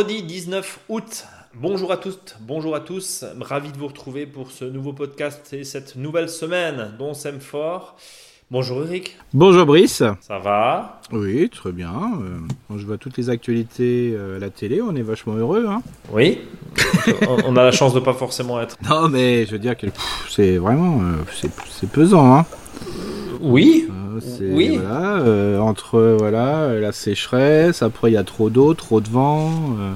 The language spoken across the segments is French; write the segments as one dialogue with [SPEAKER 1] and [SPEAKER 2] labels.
[SPEAKER 1] Vendredi 19 août. Bonjour à toutes, bonjour à tous. Ravi de vous retrouver pour ce nouveau podcast et cette nouvelle semaine dont on s'aime fort. Bonjour Eric.
[SPEAKER 2] Bonjour Brice.
[SPEAKER 1] Ça va ?
[SPEAKER 2] Oui, très bien. Quand je vois toutes les actualités à la télé, on est vachement heureux. Hein.
[SPEAKER 1] Oui. On a la chance de pas forcément être.
[SPEAKER 2] Non, mais je veux dire que c'est vraiment c'est pesant. Hein.
[SPEAKER 1] Oui. Oui.
[SPEAKER 2] Voilà, entre la sécheresse, après il y a trop d'eau, trop de vent,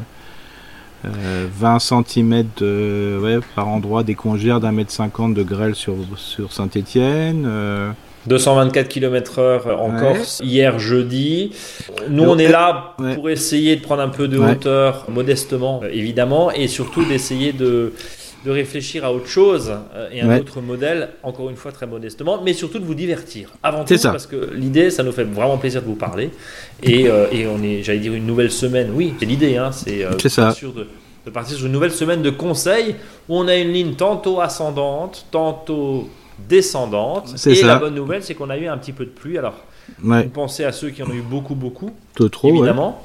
[SPEAKER 2] 20 cm par endroit, des congères d'1,50 m de grêle sur Saint-Étienne.
[SPEAKER 1] 224 km/h en Corse, hier jeudi. Nous, on est là pour essayer de prendre un peu de hauteur, modestement, évidemment, et surtout d'essayer de réfléchir à autre chose et un autre modèle, encore une fois très modestement, mais surtout de vous divertir. Avant tout, parce que l'idée, ça nous fait vraiment plaisir de vous parler. Et on est, j'allais dire, une nouvelle semaine. Oui, c'est l'idée, hein, c'est sûr de partir sur une nouvelle semaine de conseils où on a une ligne tantôt ascendante, tantôt descendante. La bonne nouvelle, c'est qu'on a eu un petit peu de pluie. Alors, vous pensez à ceux qui en ont eu beaucoup,
[SPEAKER 2] trop,
[SPEAKER 1] évidemment.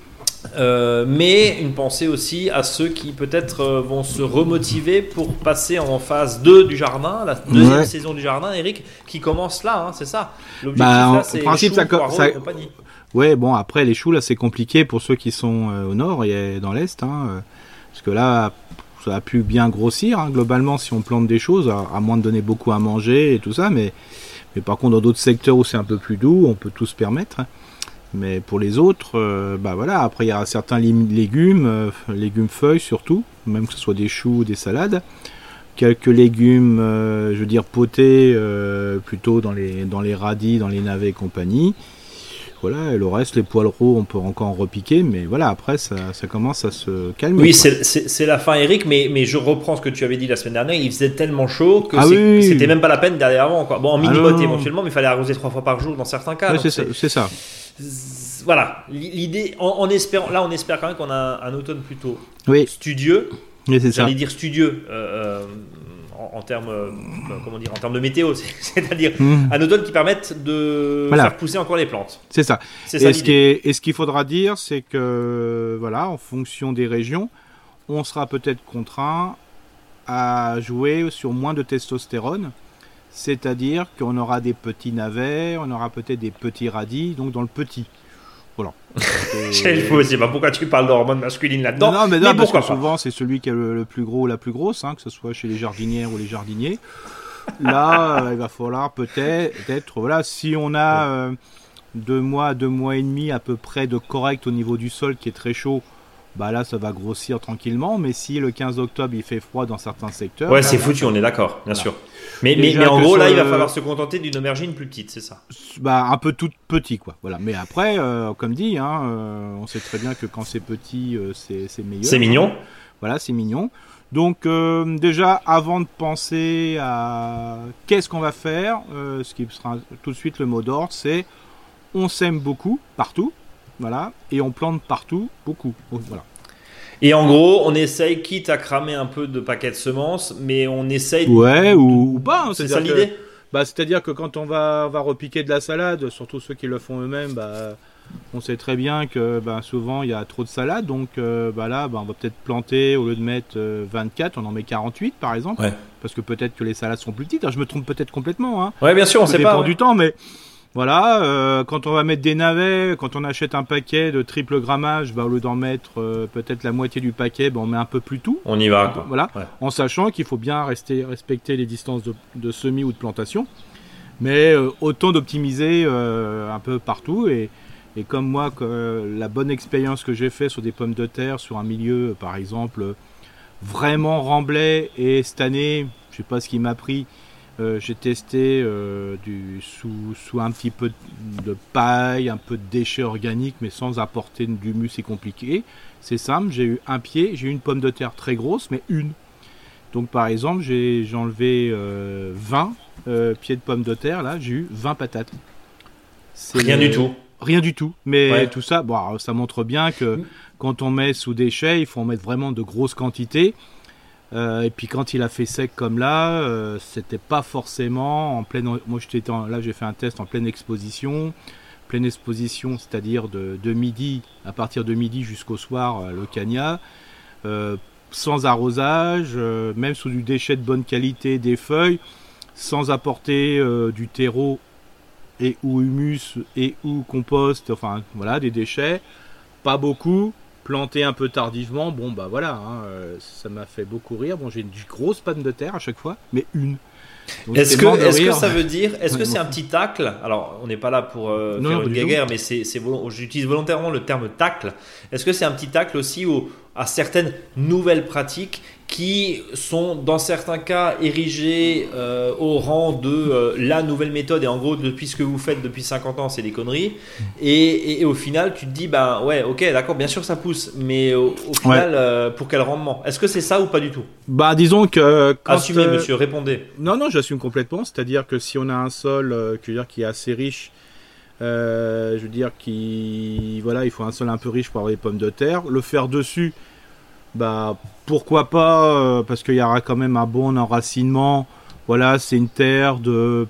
[SPEAKER 1] Mais une pensée aussi à ceux qui peut-être vont se remotiver pour passer en phase 2 du jardin, la deuxième saison du jardin, Eric, qui commence là, hein, c'est ça. L'objectif là, c'est les choux, poireaux et compagnie.
[SPEAKER 2] Ouais, bon, après les choux là, c'est compliqué pour ceux qui sont au nord et dans l'est, hein, parce que là, ça a pu bien grossir, hein, globalement, si on plante des choses, à moins de donner beaucoup à manger et tout ça, mais par contre, dans d'autres secteurs où c'est un peu plus doux, on peut tout se permettre. Mais pour les autres, après il y a certains légumes feuilles surtout, même que ce soit des choux ou des salades, quelques légumes, potés, plutôt dans les radis, dans les navets et compagnie. Voilà, et le reste, les poireaux, on peut encore en repiquer, mais voilà, après ça commence à se calmer.
[SPEAKER 1] Oui, c'est la fin, Eric, mais je reprends ce que tu avais dit la semaine dernière. Il faisait tellement chaud que c'était même pas la peine d'aller avant, quoi. Bon, en mini-botte éventuellement, mais il fallait arroser 3 fois par jour dans certains cas.
[SPEAKER 2] Ouais, c'est ça.
[SPEAKER 1] Voilà, l'idée, on espère quand même qu'on a un automne plutôt studieux.
[SPEAKER 2] Oui, c'est ça.
[SPEAKER 1] J'allais dire studieux en termes de météo, c'est-à-dire un automne qui permette de faire pousser encore les plantes.
[SPEAKER 2] C'est ça. Et ce qu'il faudra dire, c'est que en fonction des régions, on sera peut-être contraint à jouer sur moins de testostérone. C'est-à-dire qu'on aura des petits navets, on aura peut-être des petits radis, donc dans le petit. Voilà.
[SPEAKER 1] Je sais pas pourquoi tu parles d'hormones masculines là-dedans.
[SPEAKER 2] Non, mais parce que souvent c'est celui qui a le plus gros ou la plus grosse, hein, que ce soit chez les jardinières ou les jardiniers. Là, il va falloir peut-être, si on a 2 mois et demi à peu près de correct au niveau du sol qui est très chaud, là ça va grossir tranquillement, mais si le 15 octobre il fait froid dans certains secteurs...
[SPEAKER 1] Ouais, c'est foutu, on est d'accord, bien sûr. Mais en gros, là, il va falloir se contenter d'une aubergine plus petite, c'est ça ?
[SPEAKER 2] Un peu tout petit, quoi. Voilà. Mais après, comme dit, on sait très bien que quand c'est petit, c'est meilleur.
[SPEAKER 1] C'est mignon.
[SPEAKER 2] Voilà, c'est mignon. Donc, déjà, avant de penser à qu'est-ce qu'on va faire, ce qui sera tout de suite le mot d'ordre, c'est on sème beaucoup, partout, voilà, et on plante partout, beaucoup. Voilà.
[SPEAKER 1] Et en gros, on essaye, quitte à cramer un peu de paquets de semences, mais on essaye...
[SPEAKER 2] Ouais, ou pas. Hein,
[SPEAKER 1] c'est ça l'idée ?
[SPEAKER 2] C'est-à-dire que quand on va repiquer de la salade, surtout ceux qui le font eux-mêmes, on sait très bien que souvent il y a trop de salade, donc on va peut-être planter, au lieu de mettre 24, on en met 48 par exemple, parce que peut-être que les salades sont plus petites. Alors, je me trompe peut-être complètement. Hein.
[SPEAKER 1] Ouais, bien sûr, on sait pas.
[SPEAKER 2] Ça dépend du temps, mais... Voilà, quand on va mettre des navets, quand on achète un paquet de triple grammage, au lieu d'en mettre peut-être la moitié du paquet, on met un peu plus tout.
[SPEAKER 1] On y va, quoi.
[SPEAKER 2] Voilà, en sachant qu'il faut bien respecter les distances de semis ou de plantation, mais autant d'optimiser un peu partout. Et comme moi, la bonne expérience que j'ai fait sur des pommes de terre, sur un milieu, par exemple, vraiment remblai, et cette année, je sais pas ce qui m'a pris. J'ai testé sous un petit peu de paille, un peu de déchets organiques, mais sans apporter d'humus et compliqué. C'est simple, j'ai eu un pied, j'ai eu une pomme de terre très grosse, mais une. Donc par exemple, j'ai enlevé 20 pieds de pommes de terre, là, j'ai eu 20 patates.
[SPEAKER 1] Rien du tout.
[SPEAKER 2] Rien du tout, mais tout ça, ça montre bien que quand on met sous déchets, il faut en mettre vraiment de grosses quantités. Et puis quand il a fait sec comme là, c'était pas forcément en pleine. Moi j'ai fait un test en pleine exposition. pleine exposition, c'est-à-dire de midi, à partir de midi jusqu'au soir, le cagnat, sans arrosage, même sous du déchet de bonne qualité, des feuilles, sans apporter du terreau et ou humus et ou compost, enfin voilà, des déchets, pas beaucoup, planté un peu tardivement, bon bah voilà, hein, ça m'a fait beaucoup rire. Bon, j'ai une grosse panne de terre à chaque fois, mais une. Donc,
[SPEAKER 1] est-ce que ça veut dire, est-ce que c'est un petit tacle? Alors, on n'est pas là pour faire une guéguerre, mais j'utilise volontairement le terme tacle. Est-ce que c'est un petit tacle aussi à certaines nouvelles pratiques qui sont, dans certains cas, érigées au rang de la nouvelle méthode, et en gros, depuis ce que vous faites depuis 50 ans, c'est des conneries, et au final, tu te dis, bah ouais, ok, d'accord, bien sûr ça pousse, mais au final, pour quel rendement? Est-ce que c'est ça ou pas du tout?
[SPEAKER 2] Bah, disons que...
[SPEAKER 1] Assumez, monsieur, répondez.
[SPEAKER 2] Non, j'assume complètement, c'est-à-dire que si on a un sol qui est assez riche, je veux dire il faut un sol un peu riche pour avoir des pommes de terre, le faire dessus, bah pourquoi pas, parce qu'il y aura quand même un bon enracinement. Voilà, c'est une terre de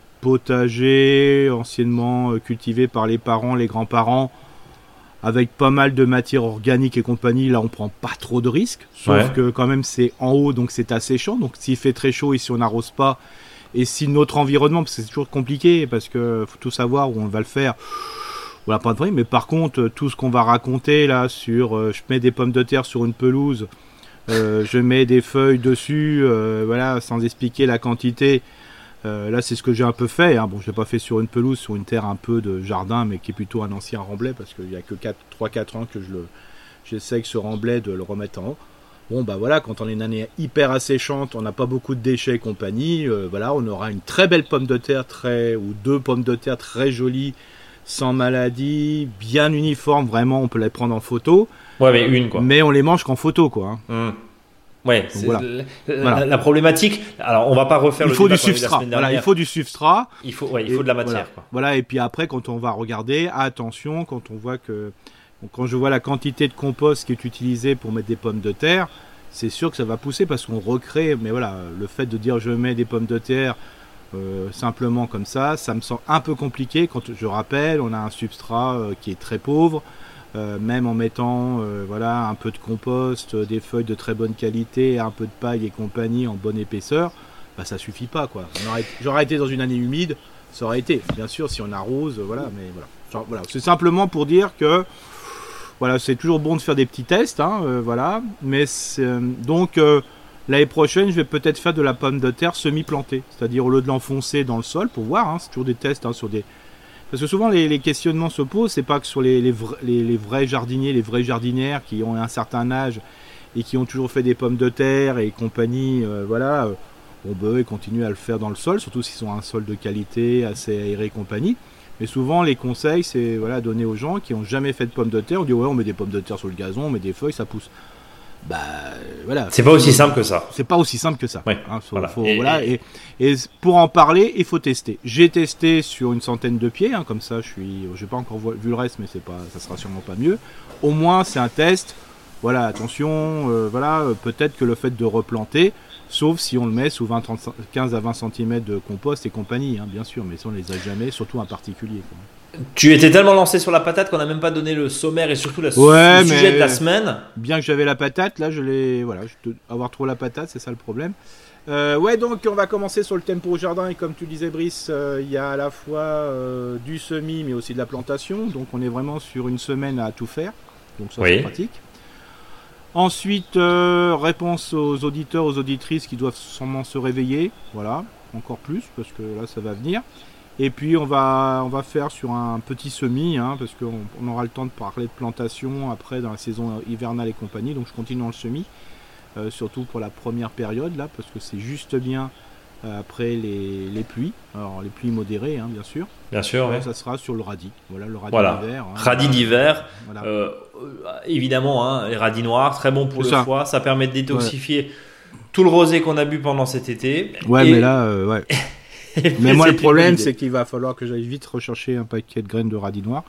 [SPEAKER 2] potager anciennement cultivée par les parents, les grands-parents, avec pas mal de matière organique et compagnie. Là, on prend pas trop de risques, sauf que quand même c'est en haut, donc c'est asséchant. Donc s'il fait très chaud et si on n'arrose pas, et si notre environnement, parce que c'est toujours compliqué, parce que faut tout savoir où on va le faire. Voilà, pas de problème. Mais par contre, tout ce qu'on va raconter là sur, je mets des pommes de terre sur une pelouse, je mets des feuilles dessus, voilà, sans expliquer la quantité. Là, c'est ce que j'ai un peu fait. Hein. Bon, je l'ai pas fait sur une pelouse, sur une terre un peu de jardin, mais qui est plutôt un ancien remblai, parce qu'il y a que 3-4 ans que j'essaie que ce remblai de le remettre en haut. Bon, bah voilà, quand on est une année hyper asséchante, on n'a pas beaucoup de déchets et compagnie, voilà, on aura une très belle pomme de terre, ou 2 pommes de terre très jolies, sans maladie, bien uniformes, vraiment, on peut les prendre en photo.
[SPEAKER 1] Ouais, mais une, quoi.
[SPEAKER 2] Mais on les mange qu'en photo, quoi.
[SPEAKER 1] Hein. Ouais, c'est
[SPEAKER 2] voilà.
[SPEAKER 1] La problématique. Alors, on va pas refaire le débat.
[SPEAKER 2] Il faut du substrat. Voilà, il faut du substrat.
[SPEAKER 1] Il faut de la matière,
[SPEAKER 2] voilà.
[SPEAKER 1] quoi.
[SPEAKER 2] Voilà, et puis après, quand on va regarder, attention, quand je vois la quantité de compost qui est utilisée pour mettre des pommes de terre, c'est sûr que ça va pousser parce qu'on recrée. Mais voilà, le fait de dire je mets des pommes de terre simplement comme ça me semble un peu compliqué. Quand je rappelle, on a un substrat qui est très pauvre. Même en mettant un peu de compost, des feuilles de très bonne qualité, un peu de paille et compagnie en bonne épaisseur, bah ça suffit pas, quoi. J'aurais été dans une année humide, ça aurait été, bien sûr, si on arrose, mais voilà. C'est simplement pour dire que voilà, c'est toujours bon de faire des petits tests, hein, voilà. Mais donc l'année prochaine, je vais peut-être faire de la pomme de terre semi-plantée, c'est-à-dire au lieu de l'enfoncer dans le sol pour voir, hein, c'est toujours des tests sur des. Parce que souvent les questionnements se posent, c'est pas que sur les vrais jardiniers, les vraies jardinières qui ont un certain âge et qui ont toujours fait des pommes de terre et compagnie, ils continuent à le faire dans le sol, surtout s'ils ont un sol de qualité, assez aéré et compagnie. Mais souvent les conseils, c'est donner aux gens qui n'ont jamais fait de pommes de terre, on dit on met des pommes de terre sur le gazon, on met des feuilles, ça pousse. Bah voilà.
[SPEAKER 1] C'est pas aussi simple que ça.
[SPEAKER 2] C'est pas aussi simple que ça.
[SPEAKER 1] Ouais,
[SPEAKER 2] et pour en parler, il faut tester. J'ai testé sur une centaine de pieds, hein, comme ça, j'ai pas encore vu le reste, mais ça sera sûrement pas mieux. Au moins, c'est un test. Voilà, attention, peut-être que le fait de replanter, sauf si on le met sous 15 à 20 cm de compost et compagnie, hein, bien sûr, mais ça on les a jamais, surtout un particulier, quoi.
[SPEAKER 1] Tu étais tellement lancé sur la patate qu'on n'a même pas donné le sommaire et surtout le sujet de la semaine.
[SPEAKER 2] Bien que j'avais la patate, là avoir trop la patate, c'est ça le problème. Donc on va commencer sur le tempo au jardin et comme tu disais Brice, il y a à la fois du semis mais aussi de la plantation, donc on est vraiment sur une semaine à tout faire, donc ça c'est pratique. Ensuite, réponse aux auditeurs, aux auditrices qui doivent sûrement se réveiller, voilà, encore plus parce que là ça va venir. Et puis on va faire sur un petit semis, hein, parce qu'on aura le temps de parler de plantation après dans la saison hivernale et compagnie. Donc je continue dans le semis, surtout pour la première période là, parce que c'est juste bien après les pluies. Alors les pluies modérées, hein, bien sûr.
[SPEAKER 1] Bien sûr. Ouais.
[SPEAKER 2] Ça sera sur le radis. Voilà le radis d'hiver. Hein,
[SPEAKER 1] radis d'hiver. Voilà. Évidemment, hein, les radis noirs, très bon pour le foie. Ça permet de détoxifier tout le rosé qu'on a bu pendant cet été.
[SPEAKER 2] Mais là, mais moi, le problème, c'est qu'il va falloir que j'aille vite rechercher un paquet de graines de radis noirs.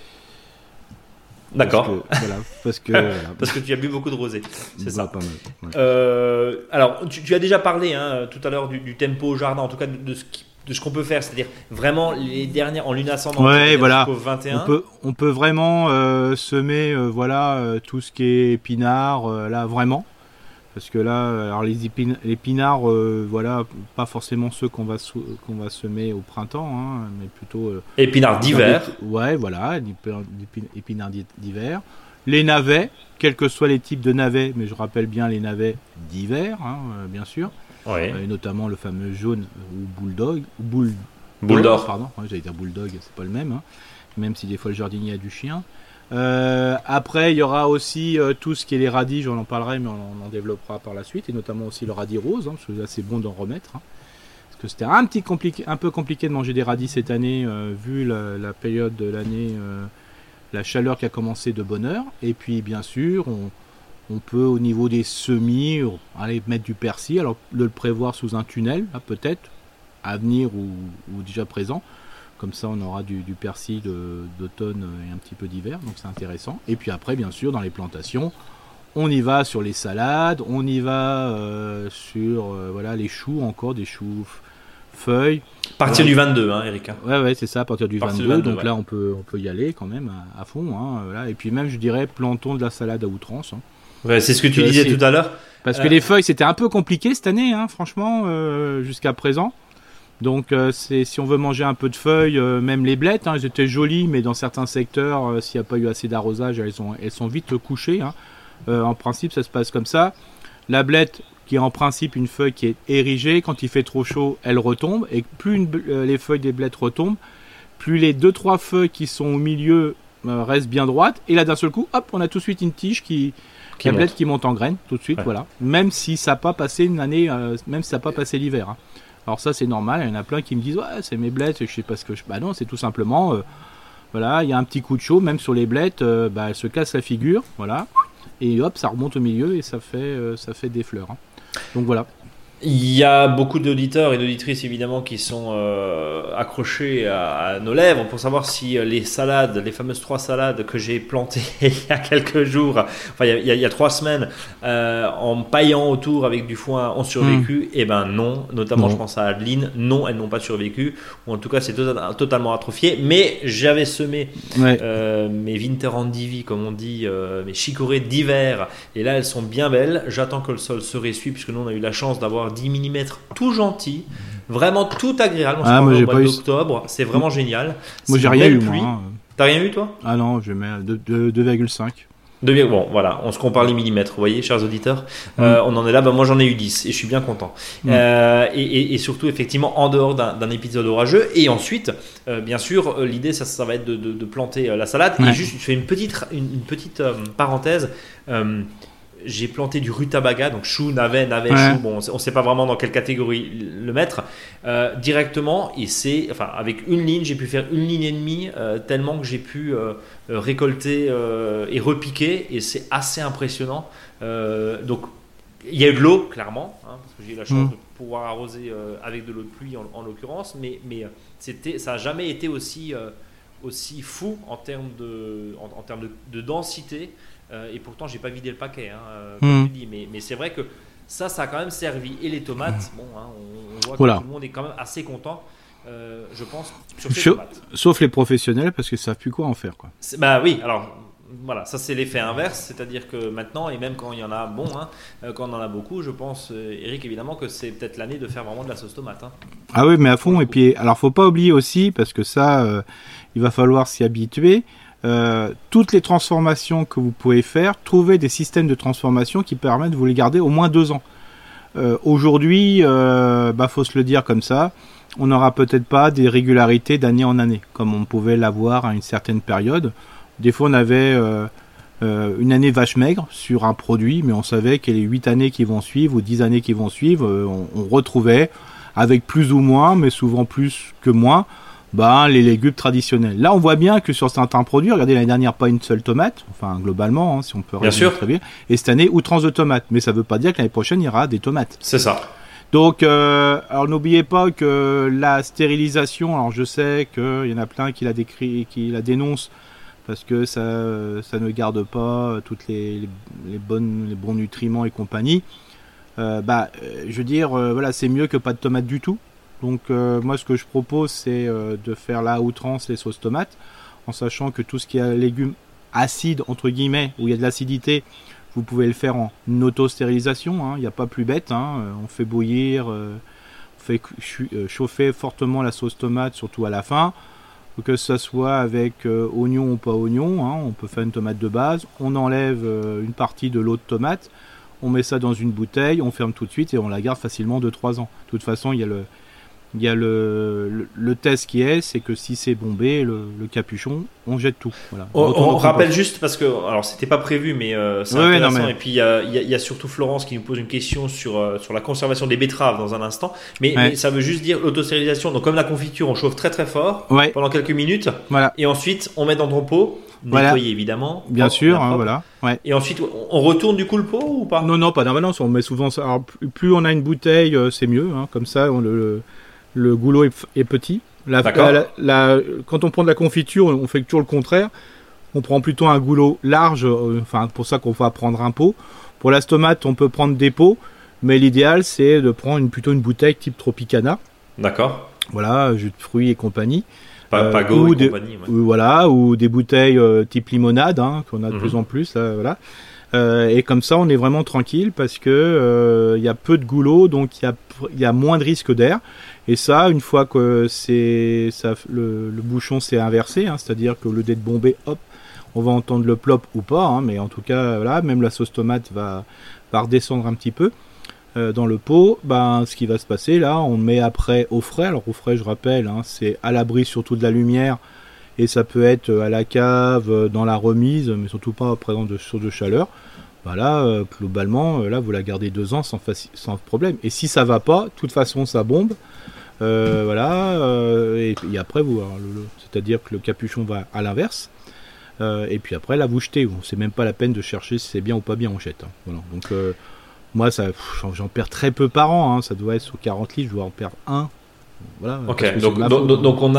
[SPEAKER 1] D'accord.
[SPEAKER 2] Parce que
[SPEAKER 1] tu as bu beaucoup de rosé. C'est ça.
[SPEAKER 2] Pas mal. Ouais.
[SPEAKER 1] Alors, tu as déjà parlé tout à l'heure du tempo au jardin, en tout cas de ce qui ce qu'on peut faire, c'est-à-dire vraiment les dernières en lune ascendante,
[SPEAKER 2] voilà.
[SPEAKER 1] jusqu'au 21.
[SPEAKER 2] On peut vraiment semer tout ce qui est épinards là vraiment, parce que là alors les épinards pas forcément ceux qu'on va semer au printemps, hein, mais plutôt
[SPEAKER 1] épinards d'hiver.
[SPEAKER 2] Épinards d'hiver. Les navets, quels que soient les types de navets, mais je rappelle bien les navets d'hiver, hein, bien sûr.
[SPEAKER 1] Ouais.
[SPEAKER 2] Et notamment le fameux jaune ou bulldog.
[SPEAKER 1] Bulldog.
[SPEAKER 2] Pardon, j'allais dire bulldog, c'est pas le même, hein, même si des fois le jardinier a du chien. Après, il y aura aussi tout ce qui est les radis, j'en en parlerai, mais on en développera par la suite, et notamment aussi le radis rose, hein, parce que là c'est bon d'en remettre. Hein, parce que c'était un peu compliqué de manger des radis cette année, vu la période de l'année, la chaleur qui a commencé de bonne heure. Et puis bien sûr, on peut au niveau des semis aller mettre du persil, alors de le prévoir sous un tunnel, là, peut-être, à venir ou déjà présent. Comme ça, on aura du persil d'automne et un petit peu d'hiver, donc c'est intéressant. Et puis après, bien sûr, dans les plantations, on y va sur les salades, on y va sur les choux, encore des choux feuilles.
[SPEAKER 1] À partir du 22, hein, Erika.
[SPEAKER 2] Ouais, c'est ça, à partir du 22. Donc là, on peut y aller quand même à fond. Hein, voilà. Et puis même, je dirais, plantons de la salade à outrance. Hein.
[SPEAKER 1] Ouais, c'est ce que tu disais tout à l'heure.
[SPEAKER 2] Parce que les feuilles, c'était un peu compliqué cette année, hein, franchement, jusqu'à présent. Donc si on veut manger un peu de feuilles, même les blettes, hein, elles étaient jolies, mais dans certains secteurs, s'il n'y a pas eu assez d'arrosage, elles sont vite couchées. Hein. En principe, ça se passe comme ça. La blette, qui est en principe une feuille qui est érigée, quand il fait trop chaud, elle retombe. Et plus les feuilles des blettes retombent, plus les 2-3 feuilles qui sont au milieu restent bien droites. Et là, d'un seul coup, hop, on a tout de suite une tige la blette qui monte en graines, tout de suite, ouais. Voilà. Même si ça n'a pas passé une année, même si ça n'a pas passé l'hiver. Hein. Alors ça, c'est normal. Il y en a plein qui me disent, ouais, c'est mes blettes, je sais pas ce que je... Bah non, c'est tout simplement, il y a un petit coup de chaud, même sur les blettes, elles se cassent la figure, voilà. Et hop, ça remonte au milieu et ça fait des fleurs. Hein. Donc voilà.
[SPEAKER 1] Il y a beaucoup d'auditeurs et d'auditrices évidemment qui sont accrochés à nos lèvres pour savoir si les salades, les fameuses 3 salades que j'ai plantées il y a quelques jours, enfin il y a 3 semaines, en paillant autour avec du foin, ont survécu. Eh ben non, notamment je pense à Adeline, non, elles n'ont pas survécu, ou en tout cas c'est totalement atrophié. Mais j'avais semé mes Winter Endivi, comme on dit, mes chicorées d'hiver, et là elles sont bien belles. J'attends que le sol se ressuie, puisque nous on a eu la chance d'avoir 10 mm tout gentil, vraiment tout agréable.
[SPEAKER 2] Moi j'ai
[SPEAKER 1] au mois d'octobre, c'est vraiment génial.
[SPEAKER 2] Moi j'ai rien eu, moi. Hein.
[SPEAKER 1] T'as rien eu toi?
[SPEAKER 2] Ah non, je mets 2,5.
[SPEAKER 1] Bon, voilà, on se compare les millimètres, vous voyez, chers auditeurs. On en est là, moi j'en ai eu 10 et je suis bien content. Et surtout, effectivement, en dehors d'un épisode orageux. Et ensuite, bien sûr, l'idée, ça va être de planter la salade. Et juste, je fais une petite parenthèse. J'ai planté du rutabaga, donc chou, navet, chou. Bon, on ne sait pas vraiment dans quelle catégorie le mettre directement. Et avec une ligne, j'ai pu faire 1,5 lignes tellement que j'ai pu récolter et repiquer. Et c'est assez impressionnant. Donc, il y a eu de l'eau, clairement, hein, parce que j'ai eu la chance de pouvoir arroser avec de l'eau de pluie en l'occurrence. Mais ça n'a jamais été aussi fou en termes de densité. Et pourtant j'ai pas vidé le paquet, hein, comme tu dis, mais c'est vrai que ça a quand même servi. Et les tomates, on voit que tout le monde est quand même assez content, je pense, sur ces tomates.
[SPEAKER 2] Sauf les professionnels, parce qu'ils savent plus quoi en faire, quoi.
[SPEAKER 1] Oui, alors voilà, ça c'est l'effet inverse, c'est-à-dire que maintenant, et même quand il y en a quand on en a beaucoup, je pense, Eric, évidemment que c'est peut-être l'année de faire vraiment de la sauce tomate. Hein.
[SPEAKER 2] Ah oui, mais à fond. Et puis alors faut pas oublier aussi, parce que ça il va falloir s'y habituer. Toutes les transformations que vous pouvez faire, trouver des systèmes de transformation qui permettent de vous les garder au moins 2 ans. Aujourd'hui, faut se le dire comme ça, on n'aura peut-être pas des régularités d'année en année, comme on pouvait l'avoir à une certaine période. Des fois, on avait une année vache maigre sur un produit, mais on savait que les 8 années qui vont suivre ou 10 années qui vont suivre, on retrouvait, avec plus ou moins, mais souvent plus que moins, les légumes traditionnels. Là, on voit bien que sur certains produits, regardez l'année dernière, pas une seule tomate, enfin globalement, hein, si on peut résumer très bien. Et cette année, outrance de tomates. Mais ça ne veut pas dire que l'année prochaine, il y aura des tomates.
[SPEAKER 1] C'est ça.
[SPEAKER 2] Donc, alors n'oubliez pas que la stérilisation, alors je sais qu'il y en a plein qui la dénoncent parce que ça ne garde pas toutes les bons nutriments et compagnie. Je veux dire, c'est mieux que pas de tomates du tout. Donc moi ce que je propose c'est de faire la outrance les sauces tomates, en sachant que tout ce qui est légumes acides entre guillemets, où il y a de l'acidité, vous pouvez le faire en auto-stérilisation, il n'y a pas plus bête, on fait bouillir, on fait chauffer fortement la sauce tomate, surtout à la fin, que ce soit avec oignon ou pas oignon, on peut faire une tomate de base, on enlève une partie de l'eau de tomate, on met ça dans une bouteille, on ferme tout de suite et on la garde facilement 2-3 ans. De toute façon, il y a le test c'est que si c'est bombé, le capuchon, on jette tout. Voilà.
[SPEAKER 1] On rappelle juste, parce que alors c'était pas prévu, mais c'est intéressant. Et puis il y a surtout Florence qui nous pose une question sur la conservation des betteraves dans un instant. Mais ça veut juste dire l'autostérilisation. Donc comme la confiture, on chauffe très très fort pendant quelques minutes. Voilà. Et ensuite, on met dans ton pot. Nettoyer évidemment.
[SPEAKER 2] Bien sûr, voilà. Ouais.
[SPEAKER 1] Et ensuite, on retourne du coup le pot ou pas ?
[SPEAKER 2] Non, pas d'imbalance. On met souvent ça. Alors, plus on a une bouteille, c'est mieux. Comme ça, le goulot est petit. Quand on prend de la confiture, on fait toujours le contraire. On prend plutôt un goulot large. Pour ça qu'on va prendre un pot. Pour la tomate, on peut prendre des pots, mais l'idéal c'est de prendre plutôt une bouteille type Tropicana.
[SPEAKER 1] D'accord.
[SPEAKER 2] Voilà, jus de fruits et compagnie.
[SPEAKER 1] Pago et compagnie.
[SPEAKER 2] Voilà, ou des bouteilles type limonade, qu'on a de plus en plus. Voilà. Et comme ça, on est vraiment tranquille parce que y a peu de goulot, donc il y a moins de risque d'air. Et ça, une fois que le bouchon s'est inversé, c'est-à-dire que au lieu d'être bombé, hop, on va entendre le plop ou pas, mais en tout cas, voilà, même la sauce tomate va redescendre un petit peu dans le pot. Ce qui va se passer là, on met après au frais. Alors au frais, je rappelle, c'est à l'abri surtout de la lumière. Et ça peut être à la cave, dans la remise, mais surtout pas en présence de source de chaleur. Voilà, globalement, là, vous la gardez 2 ans sans problème. Et si ça va pas, de toute façon, ça bombe. Voilà, et après, c'est-à-dire que le capuchon va à l'inverse. Et puis après, là, vous jetez. C'est même pas la peine de chercher si c'est bien ou pas bien, on jette. Voilà. Donc, moi, j'en perds très peu par an. Ça doit être sur 40 litres, je dois en perdre 1. Voilà,
[SPEAKER 1] ok, donc on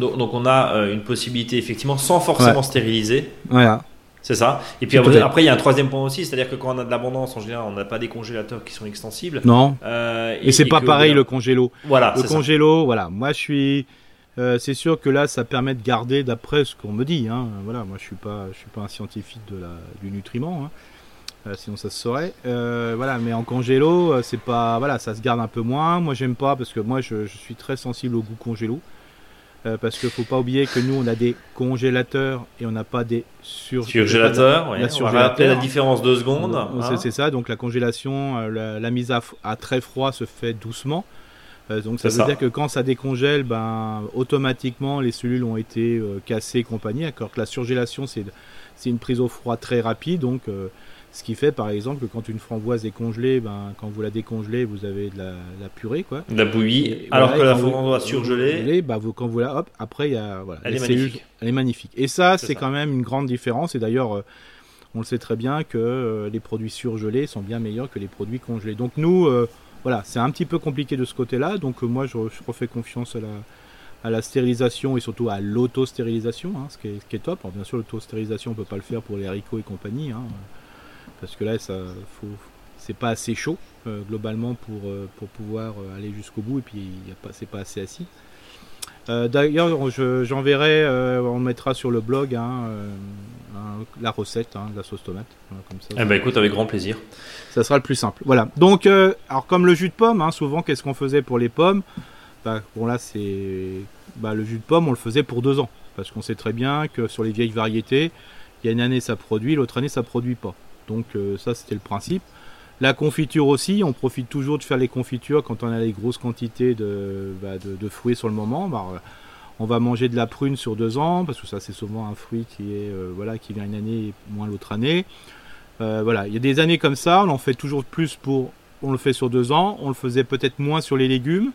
[SPEAKER 1] a une possibilité effectivement sans forcément stériliser.
[SPEAKER 2] Voilà.
[SPEAKER 1] C'est ça. Et puis après il y a un troisième point aussi, c'est-à-dire que quand on a de l'abondance en général, on n'a pas des congélateurs qui sont extensibles.
[SPEAKER 2] Non. Et c'est pas pareil le congélo.
[SPEAKER 1] Voilà.
[SPEAKER 2] Le congélo, voilà. Moi je suis. C'est sûr que là ça permet de garder d'après ce qu'on me dit. Voilà, moi je suis pas un scientifique du nutriment. Sinon ça se saurait. Voilà, mais en congélo, c'est pas, voilà, ça se garde un peu moins. Moi j'aime pas parce que moi je suis très sensible au goût congélo. Parce qu'il faut pas oublier que nous on a des congélateurs et on n'a pas des
[SPEAKER 1] surgélateurs. On va rappeler la différence 2 secondes.
[SPEAKER 2] C'est ça. Donc la congélation, la mise à très froid se fait doucement. Donc ça veut dire que quand ça décongèle, automatiquement les cellules ont été cassées et compagnie. Alors que la surgélation c'est une prise au froid très rapide. Donc ce qui fait par exemple que quand une framboise est congelée, quand vous la décongelez, vous avez de la purée, quoi.
[SPEAKER 1] De la bouillie. Alors que la framboise surgelée,
[SPEAKER 2] quand vous la après il y a
[SPEAKER 1] elle est magnifique.
[SPEAKER 2] Elle est magnifique. Et ça c'est quand même une grande différence. Et d'ailleurs on le sait très bien que les produits surgelés sont bien meilleurs que les produits congelés. Donc nous voilà, c'est un petit peu compliqué de ce côté-là. Donc moi je refais confiance à la stérilisation et surtout à l'auto-stérilisation, ce qui est top. Alors bien sûr l'auto-stérilisation on peut pas le faire pour les haricots et compagnie. Parce que là, c'est pas assez chaud globalement pour pouvoir aller jusqu'au bout, et puis c'est pas assez acide. D'ailleurs, j'enverrai, on mettra sur le blog la recette de la sauce tomate. Comme ça,
[SPEAKER 1] écoute, avec grand plaisir.
[SPEAKER 2] Ça sera le plus simple. Voilà. Donc, alors comme le jus de pomme, souvent, qu'est-ce qu'on faisait pour les pommes ? Là, c'est le jus de pomme, on le faisait pour 2 ans, parce qu'on sait très bien que sur les vieilles variétés, il y a une année ça produit, l'autre année ça produit pas. Donc ça c'était le principe. La confiture aussi, on profite toujours de faire les confitures quand on a les grosses quantités de fruits sur le moment. On va manger de la prune sur 2 ans, parce que ça c'est souvent un fruit qui vient une année et moins l'autre année. Voilà, il y a des années comme ça, on en fait toujours plus on le fait sur 2 ans, on le faisait peut-être moins sur les légumes.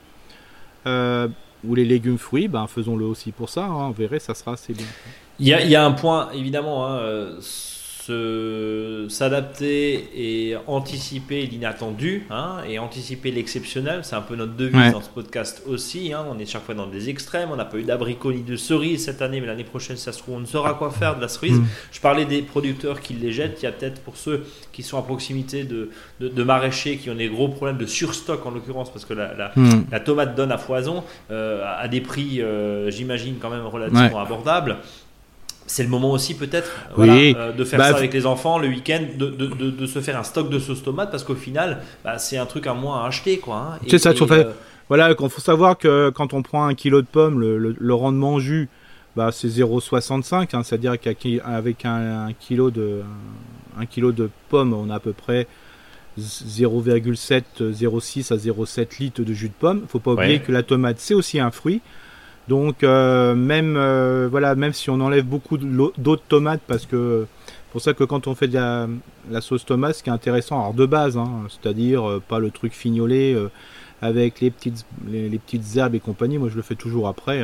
[SPEAKER 2] Ou les légumes fruits, faisons-le aussi pour ça, on verrait, ça sera assez bien.
[SPEAKER 1] Il y a un point évidemment, s'adapter et anticiper l'inattendu, et anticiper l'exceptionnel. C'est un peu notre devise dans ce podcast aussi. On est chaque fois dans des extrêmes. On n'a pas eu d'abricot ni de cerise cette année, mais l'année prochaine, ça se trouve, on ne saura quoi faire de la cerise. Je parlais des producteurs qui les jettent. Il y a peut-être pour ceux qui sont à proximité de maraîchers qui ont des gros problèmes de surstock en l'occurrence, parce que la tomate donne à foison à des prix, j'imagine, quand même relativement abordables. C'est le moment aussi peut-être de faire ça avec les enfants le week-end, de se faire un stock de sauce tomate, parce qu'au final c'est un truc à moins à acheter, quoi.
[SPEAKER 2] C'est ça, voilà, il faut savoir que quand on prend 1 kilo de pommes, le rendement jus, c'est 0,65, c'est-à-dire qu'avec un kilo de pommes, on a à peu près 0,7, 0,6 à 0,7 litres de jus de pomme. Il ne faut pas oublier que la tomate, c'est aussi un fruit. Donc même si on enlève beaucoup d'eau de tomate, parce que pour ça que quand on fait de la sauce tomate, ce qui est intéressant, alors de base, c'est-à-dire pas le truc fignolé avec les petites herbes et compagnie, moi je le fais toujours après.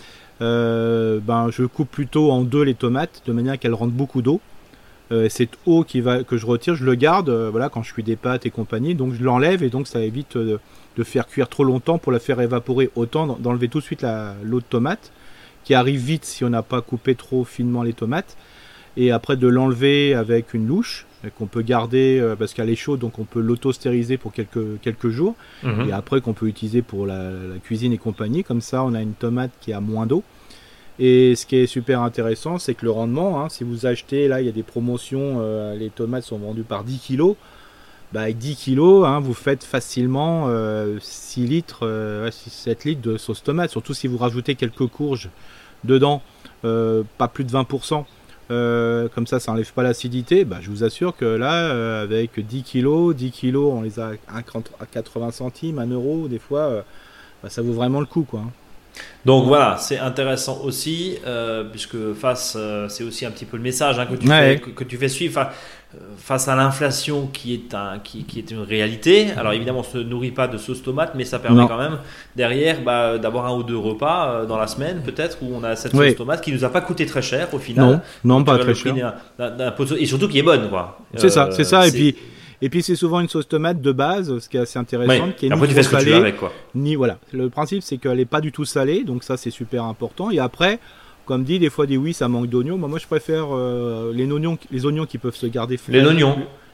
[SPEAKER 2] Je coupe plutôt en deux les tomates de manière qu'elles rentrent beaucoup d'eau. Cette eau que je retire, je le garde quand je cuis des pâtes et compagnie, donc je l'enlève, et donc ça évite de faire cuire trop longtemps pour la faire évaporer. Autant d'enlever tout de suite l'eau de tomate qui arrive vite si on n'a pas coupé trop finement les tomates, et après de l'enlever avec une louche qu'on peut garder parce qu'elle est chaude, donc on peut l'auto-stériliser pour quelques jours, et après qu'on peut utiliser pour la cuisine et compagnie. Comme ça on a une tomate qui a moins d'eau. Et ce qui est super intéressant, c'est que le rendement, si vous achetez, là il y a des promotions, les tomates sont vendues par 10 kilos, avec 10 kilos, vous faites facilement 6 litres, 7 litres de sauce tomate, surtout si vous rajoutez quelques courges dedans, pas plus de 20%, comme ça n'enlève pas l'acidité. Je vous assure que là, avec 10 kilos, on les a à 80 centimes, 1 euro, des fois, ça vaut vraiment le coup, quoi.
[SPEAKER 1] Donc voilà, c'est intéressant aussi, puisque c'est aussi un petit peu le message que tu fais suivre face à l'inflation qui est une réalité. Alors évidemment, on ne se nourrit pas de sauce tomate, mais ça permet quand même derrière d'avoir 1 ou 2 repas dans la semaine peut-être, où on a cette sauce tomate qui nous a pas coûté très cher au final.
[SPEAKER 2] Non, pas très cher.
[SPEAKER 1] Et surtout qui est bonne, quoi.
[SPEAKER 2] C'est ça. Et puis c'est souvent une sauce tomate de base, ce qui est assez intéressant, qui est
[SPEAKER 1] après,
[SPEAKER 2] ni
[SPEAKER 1] tu fais
[SPEAKER 2] trop
[SPEAKER 1] ce que tu veux
[SPEAKER 2] salée,
[SPEAKER 1] avec, quoi.
[SPEAKER 2] Le principe, c'est qu'elle n'est pas du tout salée, donc ça c'est super important. Et après, comme dit, des fois ça manque d'oignons. Moi je préfère les oignons qui peuvent se garder frais. Les oignons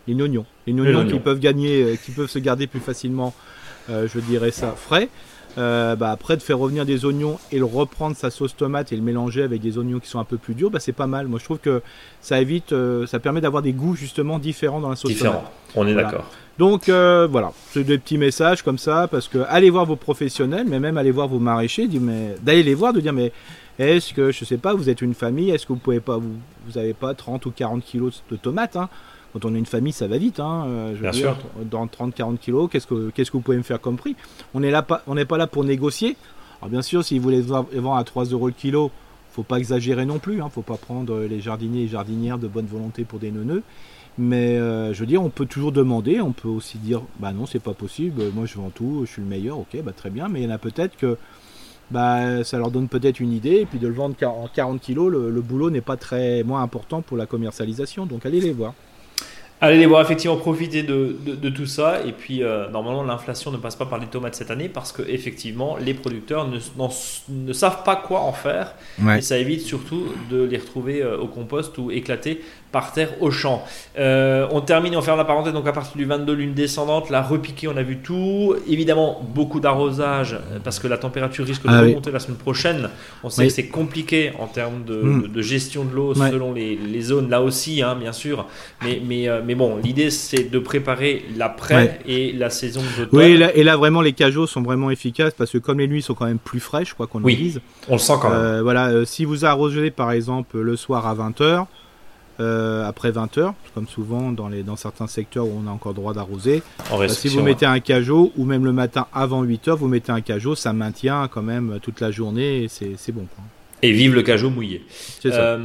[SPEAKER 2] qui peuvent se garder plus facilement, je dirais ça, frais. Après de faire revenir des oignons et le reprendre sa sauce tomate et le mélanger avec des oignons qui sont un peu plus durs, c'est pas mal. Moi je trouve que ça permet d'avoir des goûts justement différents dans la sauce tomate.
[SPEAKER 1] On est d'accord.
[SPEAKER 2] Donc c'est des petits messages comme ça, parce que allez voir vos professionnels, mais même allez voir vos maraîchers, d'aller les voir, de dire mais est-ce que, je sais pas, vous êtes une famille, est-ce que vous pouvez pas, vous avez pas 30 ou 40 kilos de tomates, Quand on est une famille, ça va vite,
[SPEAKER 1] Bien sûr.
[SPEAKER 2] Dans 30-40 kilos, qu'est-ce que vous pouvez me faire comme prix ? On n'est pas là pour négocier. Alors bien sûr, si vous voulez vendre à 3 euros le kilo, faut pas exagérer non plus, faut pas prendre les jardiniers et jardinières de bonne volonté pour des neuneux. Mais je veux dire, on peut toujours demander, on peut aussi dire, non, c'est pas possible, moi je vends tout, je suis le meilleur, ok, très bien, mais il y en a peut-être que ça leur donne peut-être une idée, et puis de le vendre en 40 kilos, le boulot n'est pas moins important pour la commercialisation, donc allez les voir.
[SPEAKER 1] Allez les voir, effectivement, profiter de tout ça. Et puis, normalement, l'inflation ne passe pas par les tomates cette année, parce que effectivement, les producteurs ne savent pas quoi en faire. Et ça évite surtout de les retrouver au compost ou éclatés par terre au champ. On termine, on ferme la parenthèse. Donc à partir du 22, lune descendante, la repiquée, on a vu tout. Évidemment, beaucoup d'arrosage, parce que la température risque de remonter la semaine prochaine. On sait que c'est compliqué en termes de gestion de l'eau selon les zones, là aussi, bien sûr. Mais bon, l'idée c'est de préparer l'après et la saison d'automne.
[SPEAKER 2] Oui, et là vraiment les cajots sont vraiment efficaces, parce que comme les nuits sont quand même plus fraîches, quoi qu'on en dise.
[SPEAKER 1] On le sent quand même.
[SPEAKER 2] Si vous arrosez par exemple le soir à 20h, après 20h, comme souvent dans certains secteurs où on a encore droit d'arroser, si vous mettez un cajot, ou même le matin avant 8h, vous mettez un cajot, ça maintient quand même toute la journée, et c'est bon, quoi.
[SPEAKER 1] Et vive le cajot mouillé.
[SPEAKER 2] C'est ça.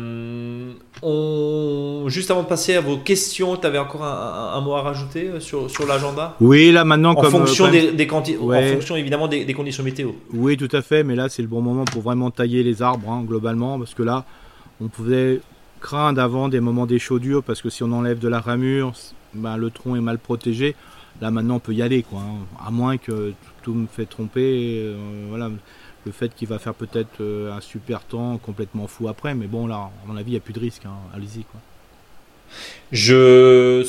[SPEAKER 1] Juste avant de passer à vos questions, tu avais encore un mot à rajouter sur l'agenda ?
[SPEAKER 2] Oui, là maintenant,
[SPEAKER 1] en fonction en fonction évidemment des conditions météo.
[SPEAKER 2] Oui, tout à fait, mais là c'est le bon moment pour vraiment tailler les arbres, globalement, parce que là on pouvait craindre avant des moments d'échaudure, parce que si on enlève de la ramure, le tronc est mal protégé. Là maintenant on peut y aller, quoi, hein. À moins que tout me fait tromper, voilà, le fait qu'il va faire peut-être un super temps complètement fou après, mais bon là, à mon avis, il n'y a plus de risque, hein. Allez-y, quoi.
[SPEAKER 1] Je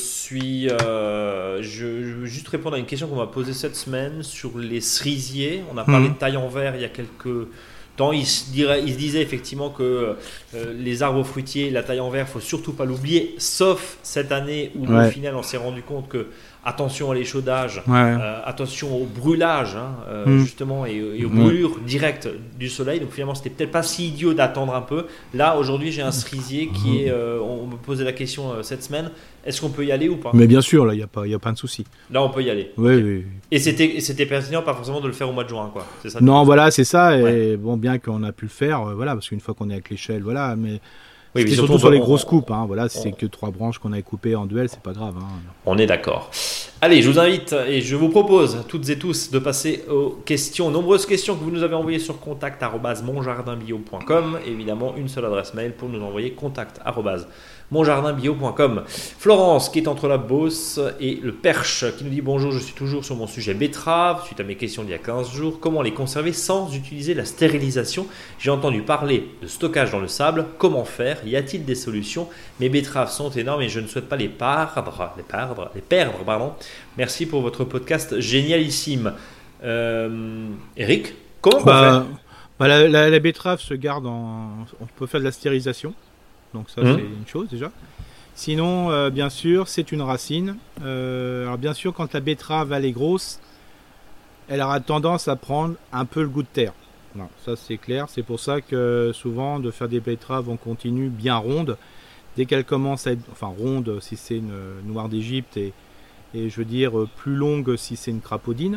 [SPEAKER 1] veux juste répondre à une question qu'on m'a posée cette semaine sur les cerisiers. On a parlé de taille en verre il y a quelques temps. Il se disait effectivement que les arbres fruitiers, la taille en verre, il ne faut surtout pas l'oublier, sauf cette année où au final on s'est rendu compte que attention à l'échaudage, attention au brûlage, hein, justement, et aux brûlures directes du soleil. Donc finalement, c'était peut-être pas si idiot d'attendre un peu. Là, aujourd'hui, j'ai un cerisier qui est. On me posait la question cette semaine. Est-ce qu'on peut y aller ou pas ?
[SPEAKER 2] Mais bien sûr, là, il y a pas de souci.
[SPEAKER 1] Là, on peut y aller.
[SPEAKER 2] Oui, oui.
[SPEAKER 1] Et c'était pertinent, pas forcément de le faire au mois de juin, quoi. C'est ça ?
[SPEAKER 2] Non, voilà, c'est ça. Et bon, bien qu'on a pu le faire, voilà, parce qu'une fois qu'on est avec l'échelle, voilà, mais. Oui, mais surtout sur les grosses coupes, hein, voilà, si c'est que 3 branches qu'on a coupées en duel, c'est pas grave, hein.
[SPEAKER 1] On est d'accord. Allez, je vous invite et je vous propose toutes et tous de passer aux questions, nombreuses questions que vous nous avez envoyées sur contact@monjardinbio.com. Évidemment, une seule adresse mail pour nous envoyer, contact@monjardinbio.com. Florence, qui est entre la Beauce et le Perche, qui nous dit bonjour, je suis toujours sur mon sujet betterave, suite à mes questions d'il y a 15 jours. Comment les conserver sans utiliser la stérilisation ? J'ai entendu parler de stockage dans le sable. Comment faire ? Y a-t-il des solutions ? Mes betteraves sont énormes et je ne souhaite pas les perdre. Merci pour votre podcast génialissime. Eric, comment on fait ?
[SPEAKER 2] La betterave se garde on peut faire de la stérilisation. Donc ça, c'est une chose déjà. Sinon, bien sûr, c'est une racine. Alors bien sûr, quand la betterave elle est grosse, elle aura tendance à prendre un peu le goût de terre. Non, ça c'est clair. C'est pour ça que souvent, de faire des betteraves en continu bien rondes, dès qu'elle commence à être, ronde si c'est une noire d'Égypte et je veux dire plus longue si c'est une crapaudine.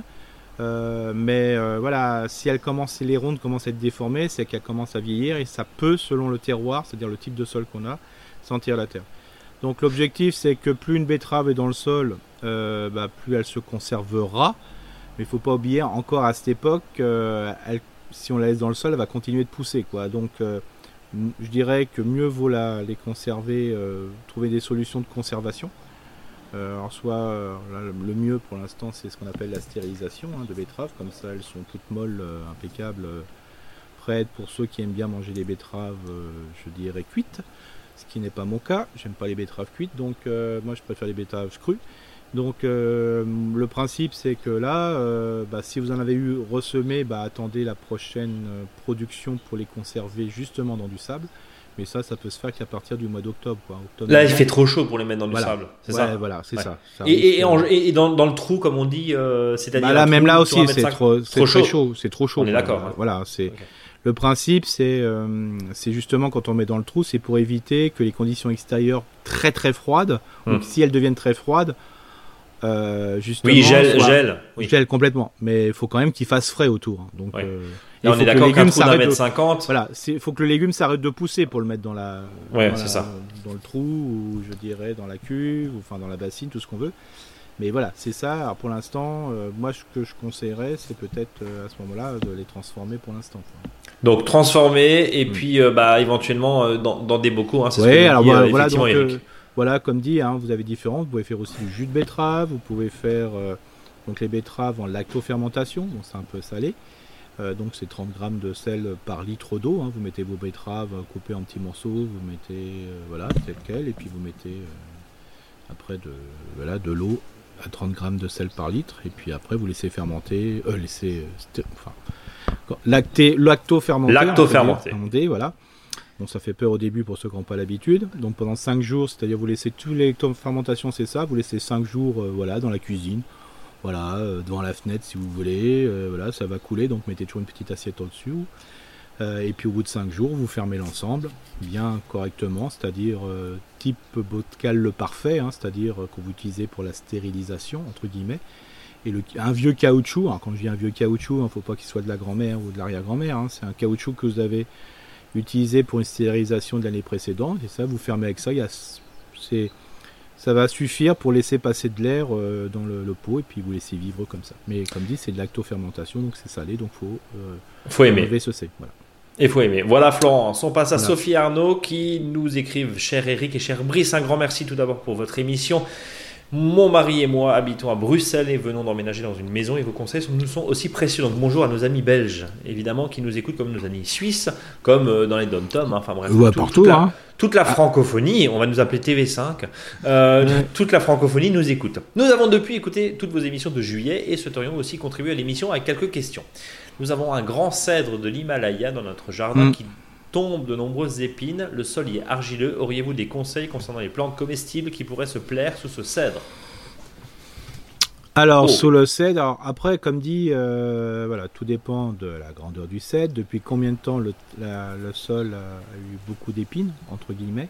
[SPEAKER 2] Voilà, si les rondes commencent à être déformées, c'est qu'elles commencent à vieillir et ça peut, selon le terroir, c'est-à-dire le type de sol qu'on a, sentir la terre. Donc l'objectif, c'est que plus une betterave est dans le sol, plus elle se conservera. Mais il ne faut pas oublier, encore à cette époque, si on la laisse dans le sol, elle va continuer de pousser, quoi. Donc je dirais que mieux vaut les conserver, trouver des solutions de conservation. Le mieux pour l'instant, c'est ce qu'on appelle la stérilisation, hein, de betteraves. Comme ça, elles sont toutes molles, impeccables, prêtes pour ceux qui aiment bien manger des betteraves, je dirais cuites, ce qui n'est pas mon cas. J'aime pas les betteraves cuites, donc moi je préfère les betteraves crues. Donc le principe, c'est que là, si vous en avez eu ressemé, attendez la prochaine production pour les conserver justement dans du sable. Mais ça peut se faire qu'à partir du mois d'octobre, quoi.
[SPEAKER 1] Là, il fait trop chaud pour les mettre dans du sable. C'est ça.
[SPEAKER 2] Voilà, c'est ça.
[SPEAKER 1] Et dans le trou, comme on dit, c'est-à-dire.
[SPEAKER 2] Là, même là aussi, c'est trop chaud. C'est trop chaud.
[SPEAKER 1] On est d'accord. Hein.
[SPEAKER 2] Voilà, c'est. Okay. Le principe, c'est justement quand on met dans le trou, c'est pour éviter que les conditions extérieures très très froides, donc si elles deviennent très froides, justement.
[SPEAKER 1] Oui, gèle.
[SPEAKER 2] Oui. Gèle complètement. Mais il faut quand même qu'il fasse frais autour. Hein. Donc.
[SPEAKER 1] Là, on est d'accord qu'un trou d'un mètre 50.
[SPEAKER 2] Voilà, il faut que le légume s'arrête de pousser pour le mettre dans dans le trou, ou je dirais dans la cuve, ou dans la bassine, tout ce qu'on veut. Mais voilà, c'est ça. Alors pour l'instant, moi ce que je conseillerais, c'est peut-être à ce moment-là de les transformer pour l'instant.
[SPEAKER 1] Donc transformer et puis éventuellement dans des bocaux. Hein, c'est
[SPEAKER 2] voilà, comme dit, hein, vous avez différents. Vous pouvez faire aussi du jus de betterave. Vous pouvez faire donc les betteraves en lactofermentation. Bon, c'est un peu salé. Donc c'est 30 grammes de sel par litre d'eau, hein. Vous mettez vos betteraves coupées en petits morceaux, vous mettez tel quel, et puis vous mettez après de l'eau à 30 grammes de sel par litre, et puis après vous laissez fermenter, lactofermenter, voilà. Bon, ça fait peur au début pour ceux qui n'ont pas l'habitude. Donc pendant 5 jours, c'est-à-dire vous laissez tous les lactofermentations, c'est ça, vous laissez 5 jours dans la cuisine. Voilà, devant la fenêtre si vous voulez, ça va couler, donc mettez toujours une petite assiette au-dessus. Et puis au bout de 5 jours, vous fermez l'ensemble bien correctement, c'est-à-dire type bocal le parfait, hein, c'est-à-dire que vous utilisez pour la stérilisation, entre guillemets. Et un vieux caoutchouc, alors quand je dis un vieux caoutchouc, il ne faut pas qu'il soit de la grand-mère ou de l'arrière-grand-mère, hein, c'est un caoutchouc que vous avez utilisé pour une stérilisation de l'année précédente, et ça, vous fermez avec ça, ça va suffire pour laisser passer de l'air dans le pot et puis vous laissez vivre comme ça. Mais comme dit, c'est de lactofermentation, donc c'est salé, donc faut aimer. Voilà.
[SPEAKER 1] Il faut aimer. Voilà Florence, on passe à Sophie et Arnaud qui nous écrivent: cher Eric et cher Brice, un grand merci tout d'abord pour votre émission. Mon mari et moi habitons à Bruxelles et venons d'emménager dans une maison et vos conseils nous sont aussi précieux. Donc bonjour à nos amis belges, évidemment, qui nous écoutent, comme nos amis suisses, comme dans les dom-toms, enfin bref, toute la francophonie, on va nous appeler TV5, toute la francophonie nous écoute. Nous avons depuis écouté toutes vos émissions de juillet et souhaiterions aussi contribuer à l'émission avec quelques questions. Nous avons un grand cèdre de l'Himalaya dans notre jardin qui tombe de nombreuses épines, le sol y est argileux. Auriez-vous des conseils concernant les plantes comestibles qui pourraient se plaire sous ce cèdre?
[SPEAKER 2] Alors, sous le cèdre, alors, après, comme dit, voilà, tout dépend de la grandeur du cèdre, depuis combien de temps le sol a eu beaucoup d'épines, entre guillemets.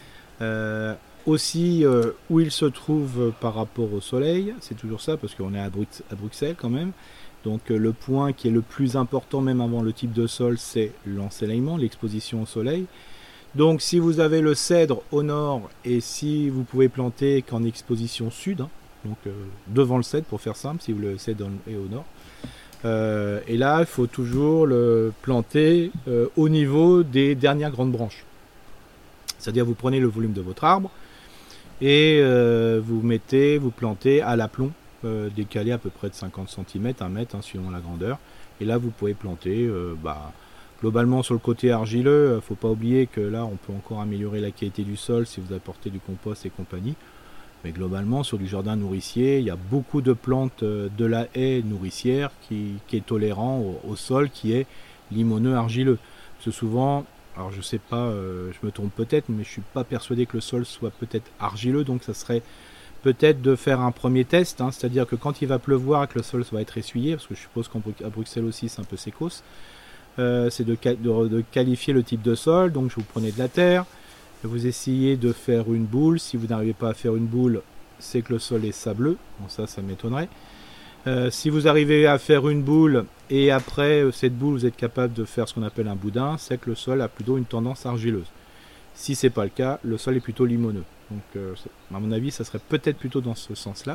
[SPEAKER 2] Aussi, où il se trouve par rapport au soleil, c'est toujours ça, parce qu'on est à Bruxelles quand même. Donc le point qui est le plus important même avant le type de sol, c'est l'ensoleillement, l'exposition au soleil. Donc si vous avez le cèdre au nord et si vous pouvez planter qu'en exposition sud, donc devant le cèdre pour faire simple, si le cèdre est au nord. Et là, il faut toujours le planter au niveau des dernières grandes branches. C'est-à-dire vous prenez le volume de votre arbre et vous plantez à l'aplomb. Décalé à peu près de 50 cm, 1 mètre suivant la grandeur. Et là vous pouvez planter globalement sur le côté argileux. Faut pas oublier que là on peut encore améliorer la qualité du sol si vous apportez du compost et compagnie. Mais globalement sur du jardin nourricier, il y a beaucoup de plantes de la haie nourricière qui est tolérant au sol qui est limoneux argileux. Parce que souvent, alors je sais pas, je me trompe peut-être, mais je suis pas persuadé que le sol soit peut-être argileux, donc ça serait peut-être de faire un premier test, c'est-à-dire que quand il va pleuvoir et que le sol va être essuyé, parce que je suppose qu'à Bruxelles aussi c'est un peu sécos, c'est de qualifier le type de sol. Donc vous prenez de la terre, vous essayez de faire une boule. Si vous n'arrivez pas à faire une boule, c'est que le sol est sableux, bon ça m'étonnerait. Si vous arrivez à faire une boule et après cette boule vous êtes capable de faire ce qu'on appelle un boudin, c'est que le sol a plutôt une tendance argileuse. Si c'est pas le cas, le sol est plutôt limoneux. Donc, à mon avis, ça serait peut-être plutôt dans ce sens-là.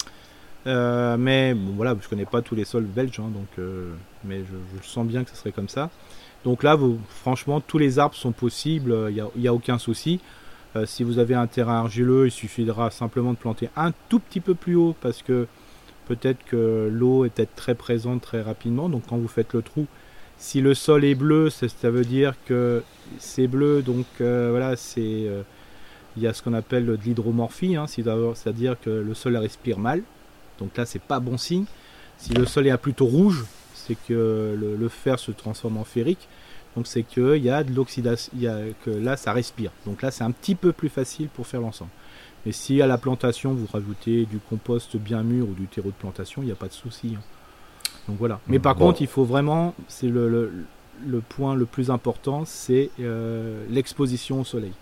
[SPEAKER 2] Mais bon, voilà, je connais pas tous les sols belges, mais je sens bien que ce serait comme ça. Donc là, franchement, tous les arbres sont possibles, il n'y a aucun souci. Si vous avez un terrain argileux, il suffira simplement de planter un tout petit peu plus haut parce que peut-être que l'eau est peut-être très présente très rapidement. Donc quand vous faites le trou, si le sol est bleu, ça veut dire que c'est bleu. Donc voilà, il y a ce qu'on appelle de l'hydromorphie, c'est-à-dire que le sol respire mal. Donc là, c'est pas bon signe. Si le sol est plutôt rouge, c'est que le fer se transforme en ferrique. Donc c'est qu'il y a de l'oxydation, que là, ça respire. Donc là, c'est un petit peu plus facile pour faire l'ensemble. Mais si à la plantation, vous rajoutez du compost bien mûr ou du terreau de plantation, il n'y a pas de souci. Donc voilà. Mais par contre, il faut vraiment, c'est le point le plus important, c'est l'exposition au soleil.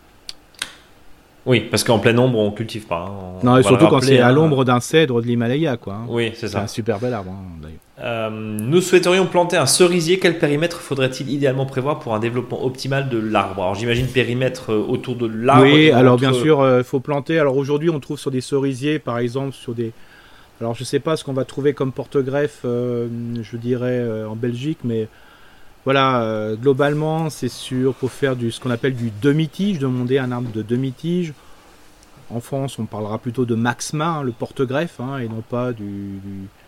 [SPEAKER 1] Oui, parce qu'en pleine ombre, on cultive pas.
[SPEAKER 2] Non, et surtout quand c'est à l'ombre d'un cèdre de l'Himalaya, quoi.
[SPEAKER 1] Oui, c'est ça.
[SPEAKER 2] C'est un super bel arbre, d'ailleurs.
[SPEAKER 1] Nous souhaiterions planter un cerisier. Quel périmètre faudrait-il idéalement prévoir pour un développement optimal de l'arbre? Alors, j'imagine périmètre autour de l'arbre.
[SPEAKER 2] Oui, alors bien sûr, il faut planter. Alors aujourd'hui, on trouve sur des cerisiers, par exemple, sur des... Alors je sais pas ce qu'on va trouver comme porte-greffe, je dirais, en Belgique, mais... Voilà, globalement, c'est sûr, pour faire ce qu'on appelle du demi-tige, demander un arbre de demi-tige. En France, on parlera plutôt de maxma, le porte-greffe, et non pas du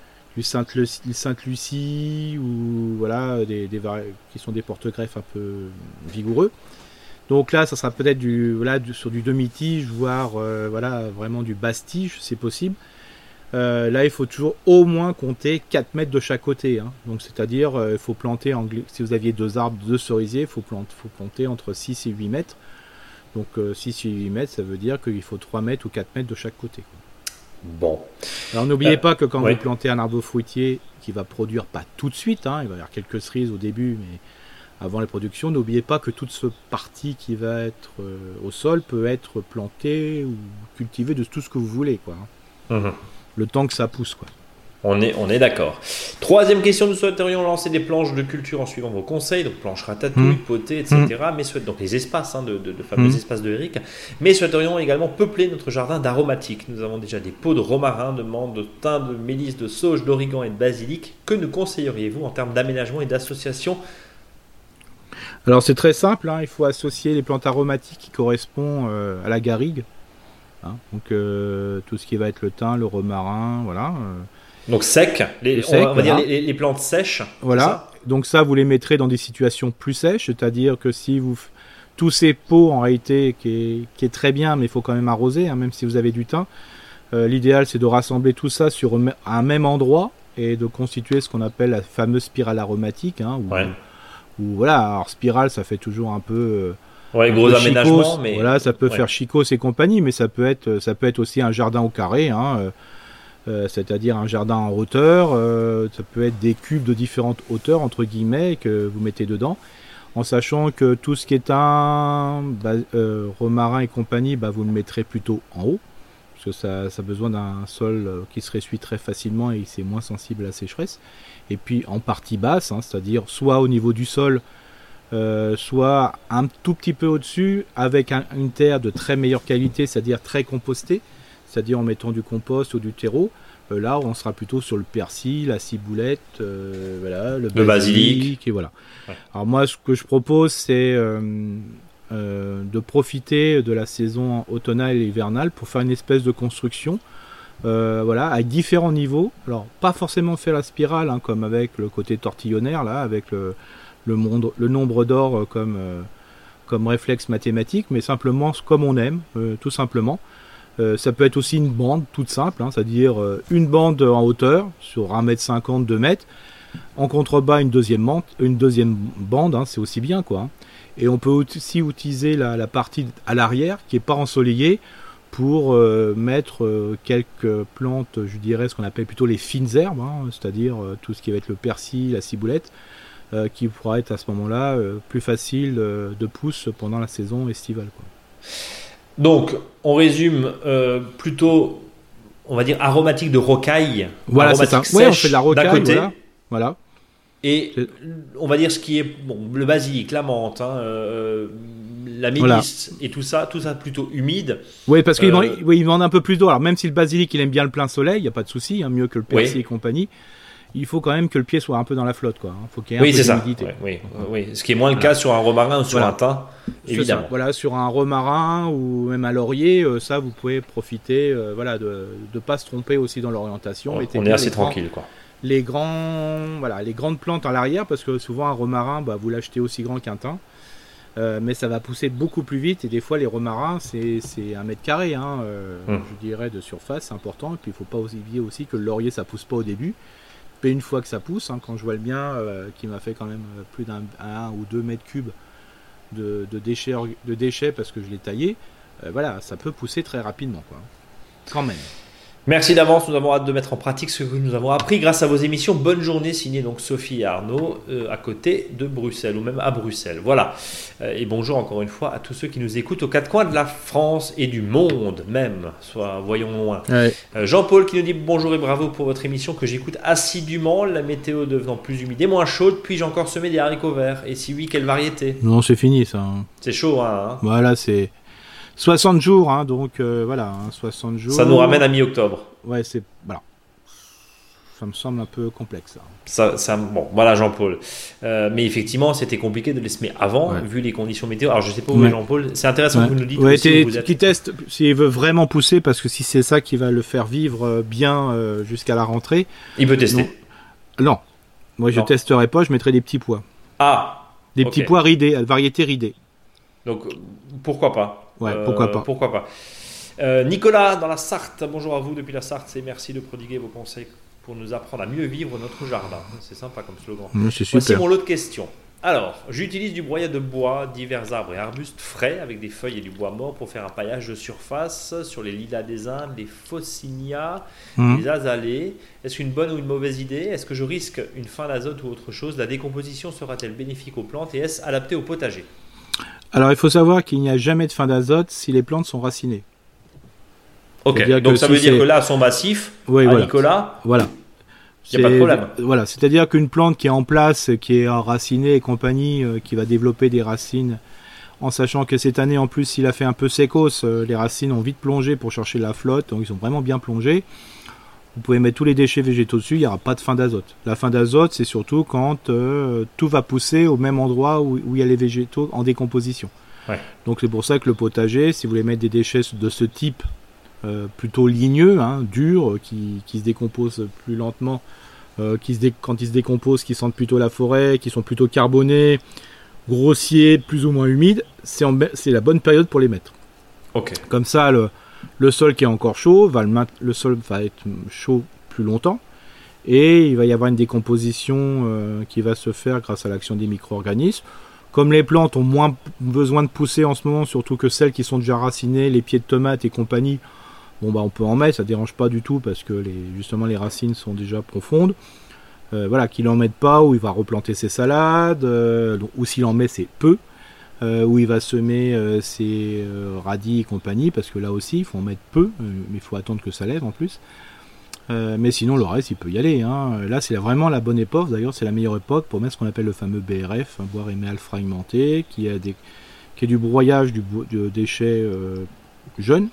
[SPEAKER 2] Sainte-Lucie, ou voilà, qui sont des porte-greffes un peu vigoureux. Donc là, ça sera peut-être sur du demi-tige, voire vraiment du basse-tige, c'est possible. Là, il faut toujours au moins compter 4 mètres de chaque côté. Donc, c'est-à-dire, il faut planter, si vous aviez 2 arbres, 2 cerisiers, il faut planter entre 6 et 8 mètres. Donc, 6 et 8 mètres, ça veut dire qu'il faut 3 mètres ou 4 mètres de chaque côté.
[SPEAKER 1] Bon.
[SPEAKER 2] Alors, n'oubliez pas que quand vous plantez un arbre fruitier qui va produire pas tout de suite, il va y avoir quelques cerises au début, mais avant la production, n'oubliez pas que toute cette partie qui va être au sol peut être plantée ou cultivée de tout ce que vous voulez, quoi. Le temps que ça pousse, quoi.
[SPEAKER 1] On est d'accord. Troisième question, nous souhaiterions lancer des planches de culture en suivant vos conseils, donc planches ratatouille, potées, etc. Mais donc les espaces, de fameux espaces de Eric. Mais souhaiterions également peupler notre jardin d'aromatiques. Nous avons déjà des pots de romarin, de menthe, de thym, de mélisse, de sauge, d'origan et de basilic. Que nous conseilleriez-vous en termes d'aménagement et d'association
[SPEAKER 2] Alors c'est très simple, hein, il faut associer les plantes aromatiques qui correspondent à la garrigue. Hein, donc tout ce qui va être le thym, le romarin, voilà.
[SPEAKER 1] Donc sec, on va dire les plantes sèches.
[SPEAKER 2] Voilà, donc ça vous les mettrez dans des situations plus sèches, c'est-à-dire que si vous... Tous ces pots en réalité qui est très bien, mais il faut quand même arroser, hein, même si vous avez du thym. L'idéal c'est de rassembler tout ça sur un même endroit et de constituer ce qu'on appelle la fameuse spirale aromatique. Hein, où voilà, alors spirale ça fait toujours un peu...
[SPEAKER 1] gros aménagement, mais
[SPEAKER 2] voilà, ça peut faire chicos et compagnie, mais ça peut être aussi un jardin au carré, hein, c'est-à-dire un jardin en hauteur. Ça peut être des cubes de différentes hauteurs entre guillemets que vous mettez dedans, en sachant que tout ce qui est romarin et compagnie, vous le mettrez plutôt en haut, parce que ça a besoin d'un sol qui se ressuie très facilement et c'est moins sensible à la sécheresse. Et puis en partie basse, hein, c'est-à-dire soit au niveau du sol, soit un tout petit peu au-dessus, avec une terre de très meilleure qualité, c'est-à-dire très compostée, c'est-à-dire en mettant du compost ou du terreau. Là, on sera plutôt sur le persil, la ciboulette, voilà, le basilic, et voilà. Ouais. Alors moi, ce que je propose, c'est de profiter de la saison automnale et hivernale pour faire une espèce de construction, voilà, à différents niveaux. Alors, pas forcément faire la spirale, hein, comme avec le côté tortillonnaire, là, avec le nombre d'or comme réflexe mathématique, mais simplement comme on aime, tout simplement. Ça peut être aussi une bande toute simple, hein, c'est-à-dire une bande en hauteur sur 1,50 m, 2 m, en contrebas une deuxième bande, hein, c'est aussi bien, quoi. Hein. Et on peut aussi utiliser la partie à l'arrière qui n'est pas ensoleillée pour mettre quelques plantes, je dirais ce qu'on appelle plutôt les fines herbes, hein, c'est-à-dire tout ce qui va être le persil, la ciboulette, qui pourra être à ce moment-là plus facile de pousse pendant la saison estivale, quoi.
[SPEAKER 1] Donc, on résume plutôt, on va dire, aromatique de rocaille.
[SPEAKER 2] Voilà, c'est ça. Oui, on fait de la rocaille,
[SPEAKER 1] d'un côté.
[SPEAKER 2] Voilà.
[SPEAKER 1] Et on va dire ce qui est le basilic, la menthe, hein, la mélisse, et tout ça plutôt humide.
[SPEAKER 2] Oui, parce qu'il demande un peu plus d'eau. Alors même si le basilic il aime bien le plein soleil, il n'y a pas de souci, hein, mieux que le persil et compagnie. Il faut quand même que le pied soit un peu dans la flotte, quoi. Faut qu'il y ait un peu d'humidité.
[SPEAKER 1] Oui. Ce qui est moins le cas sur un romarin ou sur un thym, évidemment.
[SPEAKER 2] Voilà, sur un romarin ou même un laurier, ça vous pouvez profiter, voilà, de pas se tromper aussi dans l'orientation.
[SPEAKER 1] On est assez tranquille, quoi.
[SPEAKER 2] Les grandes plantes à l'arrière, parce que souvent un romarin, vous l'achetez aussi grand qu'un thym, mais ça va pousser beaucoup plus vite, et des fois les romarins c'est 1 mètre carré, hein, je dirais, de surface, c'est important. Et puis il faut pas oublier aussi que le laurier ça pousse pas au début. Et une fois que ça pousse, hein, quand je vois le mien qui m'a fait quand même plus d'un 1 ou 2 mètres cubes de déchets parce que je l'ai taillé, voilà, ça peut pousser très rapidement, quoi. Quand même.
[SPEAKER 1] Merci d'avance, nous avons hâte de mettre en pratique ce que nous avons appris grâce à vos émissions. Bonne journée, signée donc Sophie et Arnaud, à côté de Bruxelles, ou même à Bruxelles. Voilà. Et bonjour encore une fois à tous ceux qui nous écoutent aux quatre coins de la France et du monde même, soit voyons loin. Ouais. Jean-Paul qui nous dit bonjour et bravo pour votre émission que j'écoute assidûment, la météo devenant plus humide et moins chaude. Puis-je encore semer des haricots verts? Et si oui, quelle variété?
[SPEAKER 2] Non, c'est fini ça.
[SPEAKER 1] C'est chaud, hein.
[SPEAKER 2] Voilà, c'est 60 jours, hein, donc voilà, 60 jours.
[SPEAKER 1] Ça nous ramène à mi-octobre.
[SPEAKER 2] Ouais, voilà. Ça me semble un peu complexe.
[SPEAKER 1] Bon, voilà Jean-Paul. Mais effectivement, c'était compliqué de les semer avant, vu les conditions météo. Alors, je ne sais pas où est Jean-Paul. C'est intéressant que vous nous dites
[SPEAKER 2] qui teste s'il veut vraiment pousser, parce que si c'est ça qui va le faire vivre bien jusqu'à la rentrée.
[SPEAKER 1] Il peut tester.
[SPEAKER 2] Non. Moi, je ne testerai pas, je mettrai des petits pois.
[SPEAKER 1] Ah.
[SPEAKER 2] Des petits pois ridés, variété ridée.
[SPEAKER 1] Donc, pourquoi pas?
[SPEAKER 2] Ouais, pourquoi pas.
[SPEAKER 1] Nicolas dans la Sarthe, bonjour à vous depuis la Sarthe et merci de prodiguer vos conseils pour nous apprendre à mieux vivre notre jardin. C'est sympa comme slogan.
[SPEAKER 2] C'est super.
[SPEAKER 1] Voici mon lot de questions. Alors, j'utilise du broyat de bois, divers arbres et arbustes frais avec des feuilles et du bois mort pour faire un paillage de surface sur les lilas des Indes, les Phocynia, les azalées. Est-ce une bonne ou une mauvaise idée? Est-ce que je risque une fin d'azote ou autre chose? La décomposition sera-t-elle bénéfique aux plantes et est-ce adapté au potager?
[SPEAKER 2] Alors, il faut savoir qu'il n'y a jamais de fin d'azote si les plantes sont racinées.
[SPEAKER 1] Ok, donc ça veut dire que là, son massif, Nicolas,
[SPEAKER 2] voilà.
[SPEAKER 1] Il n'y a pas de problème.
[SPEAKER 2] Voilà, c'est-à-dire qu'une plante qui est en place, qui est racinée et compagnie, qui va développer des racines, en sachant que cette année, en plus, s'il a fait un peu sécos, les racines ont vite plongé pour chercher la flotte, donc ils ont vraiment bien plongé. vous pouvez mettre tous les déchets végétaux dessus, il n'y aura pas de fin d'azote. La fin d'azote, c'est surtout quand tout va pousser au même endroit où il y a les végétaux en décomposition.
[SPEAKER 1] Ouais.
[SPEAKER 2] Donc c'est pour ça que le potager, si vous voulez mettre des déchets de ce type, plutôt ligneux, durs, qui se décomposent plus lentement, quand ils se décomposent, qui sentent plutôt la forêt, qui sont plutôt carbonés, grossiers, plus ou moins humides, c'est la bonne période pour les mettre.
[SPEAKER 1] Ok.
[SPEAKER 2] Comme ça, le sol qui est encore chaud, le sol va être chaud plus longtemps, et il va y avoir une décomposition qui va se faire grâce à l'action des micro-organismes. Comme les plantes ont moins besoin de pousser en ce moment, surtout que celles qui sont déjà racinées, les pieds de tomates et compagnie, on peut en mettre, ça ne dérange pas du tout parce que justement les racines sont déjà profondes. Qu'il en mette pas, où il va replanter ses salades, ou s'il en met, c'est peu, où il va semer ses radis et compagnie, parce que là aussi, il faut en mettre peu, mais il faut attendre que ça lève en plus. Mais sinon, le reste, il peut y aller. Là, c'est vraiment la bonne époque. D'ailleurs, c'est la meilleure époque pour mettre ce qu'on appelle le fameux BRF, bois réméal fragmenté, qui est du broyage de déchets jeunes.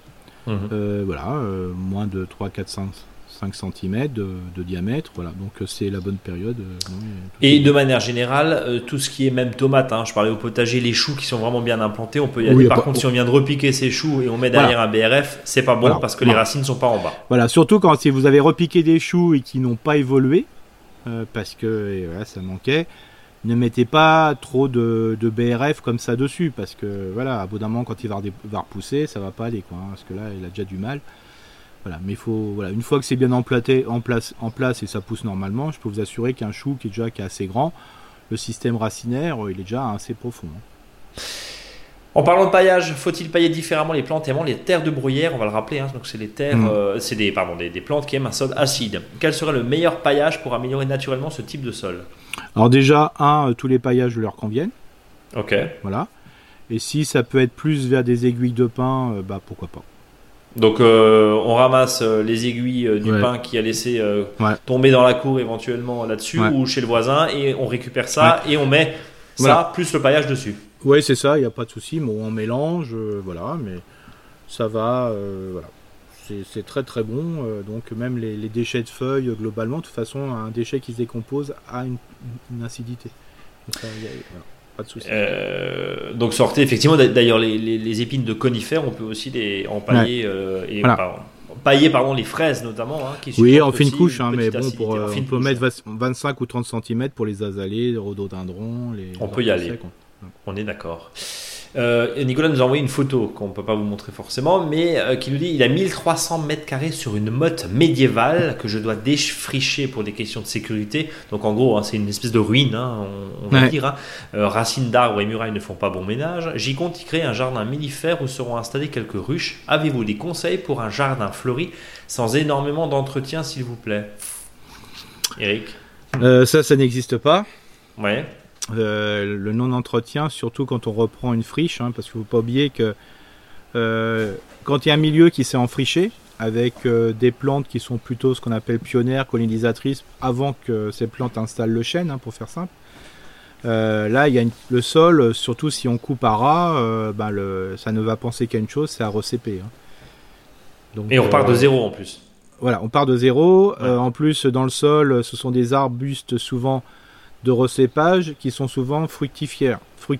[SPEAKER 2] Moins de 3, 4, 5 cm de diamètre. Voilà, donc c'est la bonne période.
[SPEAKER 1] Et de manière générale, tout ce qui est même tomates, je parlais au potager, les choux qui sont vraiment bien implantés, on peut y aller. Oui, par contre, si on vient de repiquer ces choux et on met derrière un BRF, c'est pas bon parce que les racines ne sont pas en bas. Voilà,
[SPEAKER 2] surtout si vous avez repiqué des choux et qui n'ont pas évolué, parce que ça manquait, ne mettez pas trop de BRF comme ça dessus, parce que à bout d'un moment, quand il va repousser, ça va pas aller, parce que là, il a déjà du mal. Voilà, mais une fois que c'est bien en place et ça pousse normalement, je peux vous assurer qu'un chou qui est assez grand, le système racinaire, il est déjà assez profond.
[SPEAKER 1] En parlant de paillage, faut-il pailler différemment les plantes aimant les terres de bruyère? On va le rappeler, donc c'est les terres, c'est des plantes qui aiment un sol acide. Quel serait le meilleur paillage pour améliorer naturellement ce type de sol? Alors
[SPEAKER 2] déjà, tous les paillages leur conviennent.
[SPEAKER 1] Ok.
[SPEAKER 2] Voilà. Et si ça peut être plus vers des aiguilles de pin, pourquoi pas.
[SPEAKER 1] Donc on ramasse les aiguilles du pin qui a laissé tomber dans la cour éventuellement là-dessus ou chez le voisin, et on récupère ça et on met ça plus le paillage dessus.
[SPEAKER 2] Oui, c'est ça, il n'y a pas de souci, mais on mélange, mais ça va, c'est très très bon. Donc même les déchets de feuilles, globalement, de toute façon, un déchet qui se décompose a une acidité. Donc ça, pas de souci.
[SPEAKER 1] Donc sortez effectivement, d'ailleurs les épines de conifères, on peut aussi les empailler pailler les fraises notamment.
[SPEAKER 2] On fait une couche, mais bon, on peut mettre 25 ou 30 cm pour les azalées, les rhododendrons.
[SPEAKER 1] On peut y aller. On est d'accord. Nicolas nous a envoyé une photo qu'on ne peut pas vous montrer forcément, mais qui nous dit il a 1300 mètres carrés sur une motte médiévale que je dois défricher pour des questions de sécurité. Donc en gros, c'est une espèce de ruine, on va dire. Racines d'arbres et murailles ne font pas bon ménage. J'y compte y créer un jardin mellifère où seront installées quelques ruches. Avez-vous des conseils pour un jardin fleuri sans énormément d'entretien, s'il vous plaît? Eric?
[SPEAKER 2] Ça n'existe pas.
[SPEAKER 1] Ouais.
[SPEAKER 2] Le non-entretien, surtout quand on reprend une friche, parce qu'il ne faut pas oublier que quand il y a un milieu qui s'est enfriché avec des plantes qui sont plutôt ce qu'on appelle pionnières, collinisatrices, avant que ces plantes installent le chêne, pour faire simple, là il y a le sol, surtout si on coupe à ras, ça ne va penser qu'à une chose, c'est à recéper.
[SPEAKER 1] Donc, et on part de zéro en plus.
[SPEAKER 2] Voilà, on part de zéro. En plus, dans le sol, ce sont des arbustes souvent de recépage qui sont souvent fructifères.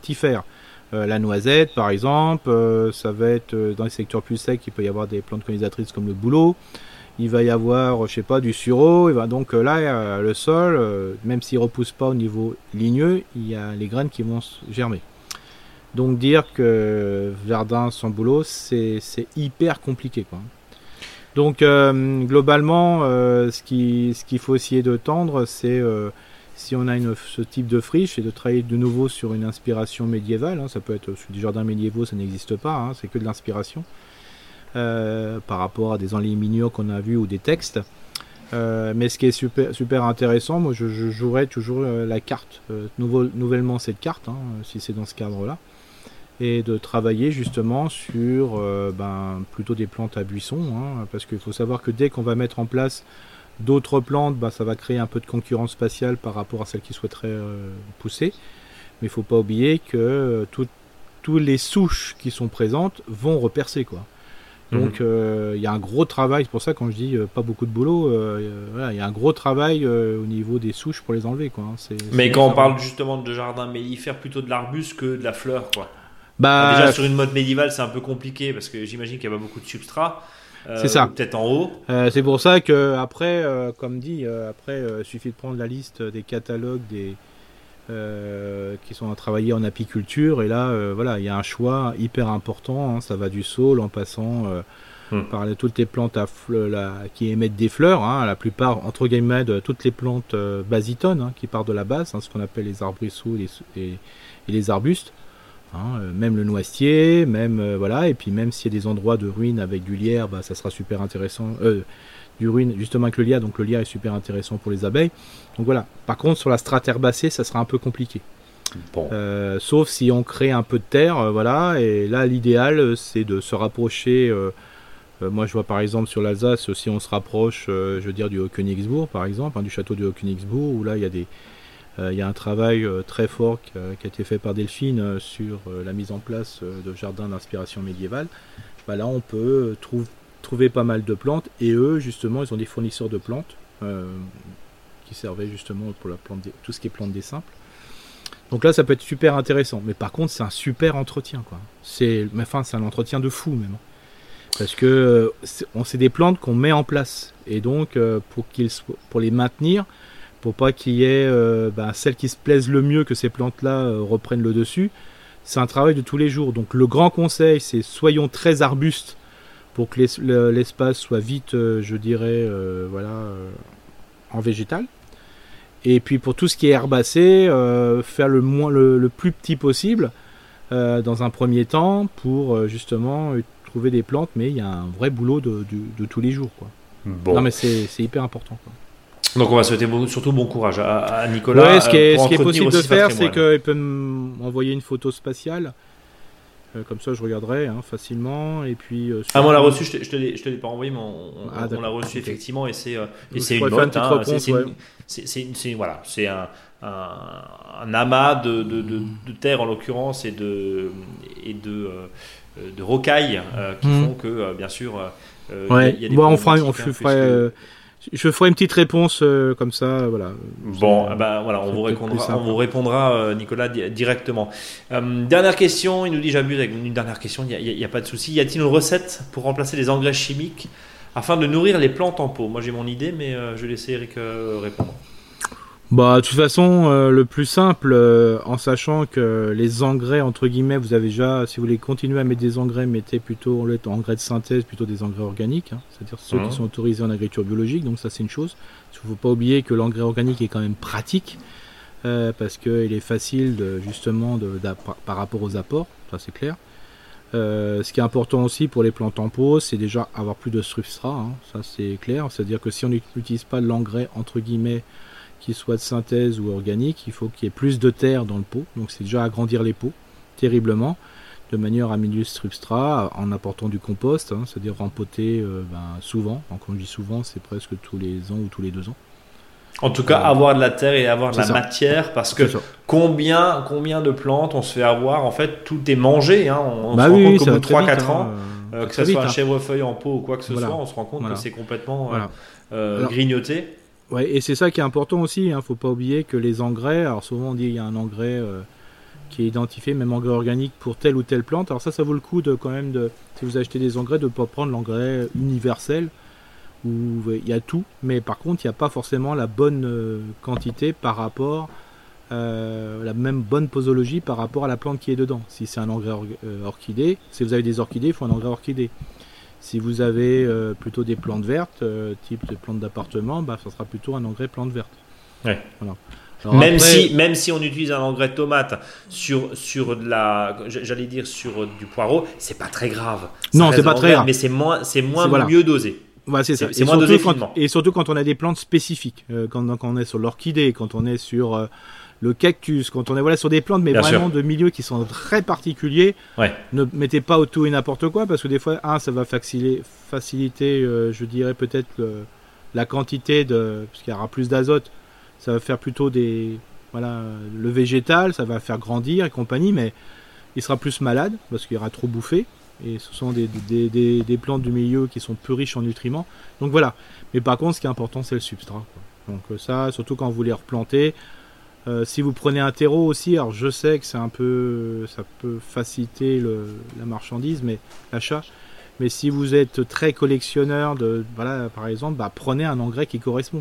[SPEAKER 2] La noisette par exemple, ça va être dans les secteurs plus secs, il peut y avoir des plantes collinisatrices comme le bouleau, il va y avoir du sureau, donc là le sol, même s'il ne repousse pas au niveau ligneux, il y a les graines qui vont germer. Donc dire que jardin sans bouleau, c'est hyper compliqué, Donc globalement, ce qu'il faut essayer de tendre, c'est si on a ce type de friche, c'est de travailler de nouveau sur une inspiration médiévale. Ça peut être sur des jardins médiévaux, ça n'existe pas, c'est que de l'inspiration par rapport à des enluminures qu'on a vues ou des textes. Mais ce qui est super intéressant, moi je jouerais toujours la carte, nouvellement cette carte, si c'est dans ce cadre-là, et de travailler justement sur plutôt des plantes à buissons, parce qu'il faut savoir que dès qu'on va mettre en place d'autres plantes, ça va créer un peu de concurrence spatiale par rapport à celles qui souhaiteraient pousser. Mais il ne faut pas oublier que toutes les souches qui sont présentes vont repercer, Donc il y a un gros travail, c'est pour ça quand je dis pas beaucoup de boulot, voilà, il y a un gros travail au niveau des souches pour les enlever, quoi.
[SPEAKER 1] Mais quand on parle justement de jardin mellifère, plutôt de l'arbuste que de la fleur, quoi.
[SPEAKER 2] Bah,
[SPEAKER 1] déjà sur une mode médiévale, c'est un peu compliqué parce que j'imagine qu'il n'y a pas beaucoup de substrat.
[SPEAKER 2] C'est ça.
[SPEAKER 1] Peut-être en haut.
[SPEAKER 2] C'est pour ça que après, comme dit, il suffit de prendre la liste des catalogues qui sont à travailler en apiculture et là, voilà, il y a un choix hyper important. Hein, ça va du saule en passant par toutes les plantes qui émettent des fleurs. Hein, la plupart, entre guillemets, de toutes les plantes basitones hein, qui partent de la base, hein, ce qu'on appelle les arbrisseaux et les arbustes. Hein, même le noisetier, même voilà, et puis même s'il y a des endroits de ruines avec du lierre, bah, ça sera super intéressant. Du ruine justement avec le lierre, donc le lierre est super intéressant pour les abeilles. Donc voilà. Par contre, sur la strate herbacée, ça sera un peu compliqué. Bon. Sauf si on crée un peu de terre, voilà. Et là, l'idéal, c'est de se rapprocher. Moi, je vois par exemple sur l'Alsace, si on se rapproche, je veux dire du Haut-Königsbourg, par exemple, hein, du château de Haut-Königsbourg, où là, il y a un travail très fort qui a été fait par Delphine sur la mise en place de jardins d'inspiration médiévale. Bah là, on peut trouver pas mal de plantes et eux, justement, ils ont des fournisseurs de plantes qui servaient justement pour tout ce qui est plantes des simples. Donc là, ça peut être super intéressant. Mais par contre, c'est un super entretien, quoi. C'est un entretien de fou, même. Parce que c'est des plantes qu'on met en place. Et donc, pour les maintenir, pour pas qu'il y ait celles qui se plaisent le mieux que ces plantes-là reprennent le dessus, c'est un travail de tous les jours. Donc le grand conseil, c'est soyons très arbustes pour que l'espace soit vite, je dirais, en végétal. Et puis pour tout ce qui est herbacé, faire le plus petit possible dans un premier temps pour justement trouver des plantes, mais il y a un vrai boulot de tous les jours, quoi. Bon. Non mais c'est hyper important, quoi.
[SPEAKER 1] Donc on va souhaiter surtout bon courage à Nicolas.
[SPEAKER 2] Ouais, ce qui est possible de faire, c'est qu'il peut m'envoyer une photo spatiale. Comme ça, je regarderai facilement. Et puis,
[SPEAKER 1] on l'a reçu, je te l'ai pas envoyé, mais on l'a reçu effectivement. Et c'est une note. C'est un amas de terre en l'occurrence et de rocailles qui font que, bien sûr,
[SPEAKER 2] il y a des je ferai une petite réponse comme ça, voilà.
[SPEAKER 1] Bon, on vous répondra, Nicolas, directement. Dernière question, il nous dit j'abuse avec une dernière question, il n'y a pas de souci. Y a-t-il une recette pour remplacer les engrais chimiques afin de nourrir les plantes en pot ? Moi j'ai mon idée, mais je vais laisser Eric répondre.
[SPEAKER 2] Bah, de toute façon, le plus simple, en sachant que les engrais, entre guillemets, vous avez déjà, si vous voulez continuer à mettre des engrais, mettez plutôt engrais de synthèse, plutôt des engrais organiques, hein, c'est-à-dire ceux qui sont autorisés en agriculture biologique, donc ça c'est une chose. Il ne faut pas oublier que l'engrais organique est quand même pratique, parce qu'il est facile par rapport aux apports, ça c'est clair. Ce qui est important aussi pour les plantes en pot, c'est déjà avoir plus de substrat, hein, ça c'est clair, c'est-à-dire que si on n'utilise pas de l'engrais, entre guillemets, qu'il soit de synthèse ou organique, il faut qu'il y ait plus de terre dans le pot. Donc c'est déjà agrandir les pots terriblement, de manière à améliorer le substrat en apportant du compost, hein, c'est-à-dire rempoter souvent. Donc quand je dis souvent, c'est presque tous les ans ou tous les 2 ans.
[SPEAKER 1] En tout cas, avoir de la terre et avoir de la matière, parce que combien de plantes on se fait avoir, en fait, tout est mangé. Hein, on se rend compte qu'au bout de 3-4 ans, que ce soit un chèvrefeuille en pot ou quoi que ce soit, on se rend compte que c'est complètement grignoté.
[SPEAKER 2] Ouais, et c'est ça qui est important aussi, hein. Faut pas oublier que les engrais, alors souvent on dit il y a un engrais qui est identifié, même engrais organique pour telle ou telle plante. Alors ça vaut le coup si vous achetez des engrais, de ne pas prendre l'engrais universel où il y a tout, mais par contre il n'y a pas forcément la bonne quantité par rapport, la même bonne posologie par rapport à la plante qui est dedans. Si c'est un engrais orchidée, si vous avez des orchidées, il faut un engrais orchidée. Si vous avez plutôt des plantes vertes, type de plantes d'appartement, ça sera plutôt un engrais plante verte.
[SPEAKER 1] Ouais. Voilà. Alors même si on utilise un engrais tomate sur du poireau, c'est pas très grave.
[SPEAKER 2] Non, c'est pas très grave.
[SPEAKER 1] Mais c'est moins mieux dosé.
[SPEAKER 2] Voilà, c'est ça.
[SPEAKER 1] C'est moins dosé finement.
[SPEAKER 2] Et surtout quand on a des plantes spécifiques, quand on est sur l'orchidée, quand on est sur le cactus, quand on est sur des plantes, mais bien vraiment sûr. De milieux qui sont très particuliers, ne mettez pas au tout et n'importe quoi, parce que des fois, ça va faciliter, je dirais peut-être la quantité parce qu'il y aura plus d'azote, ça va faire plutôt le végétal, ça va faire grandir et compagnie, mais il sera plus malade parce qu'il y aura trop bouffé. Et ce sont des plantes du milieu qui sont peu riches en nutriments. Donc voilà. Mais par contre, ce qui est important, c'est le substrat, quoi. Donc ça, surtout quand vous les replantez. Si vous prenez un terreau aussi, alors je sais que ça peut faciliter la marchandise, mais l'achat. Mais si vous êtes très collectionneur par exemple, prenez un engrais qui correspond.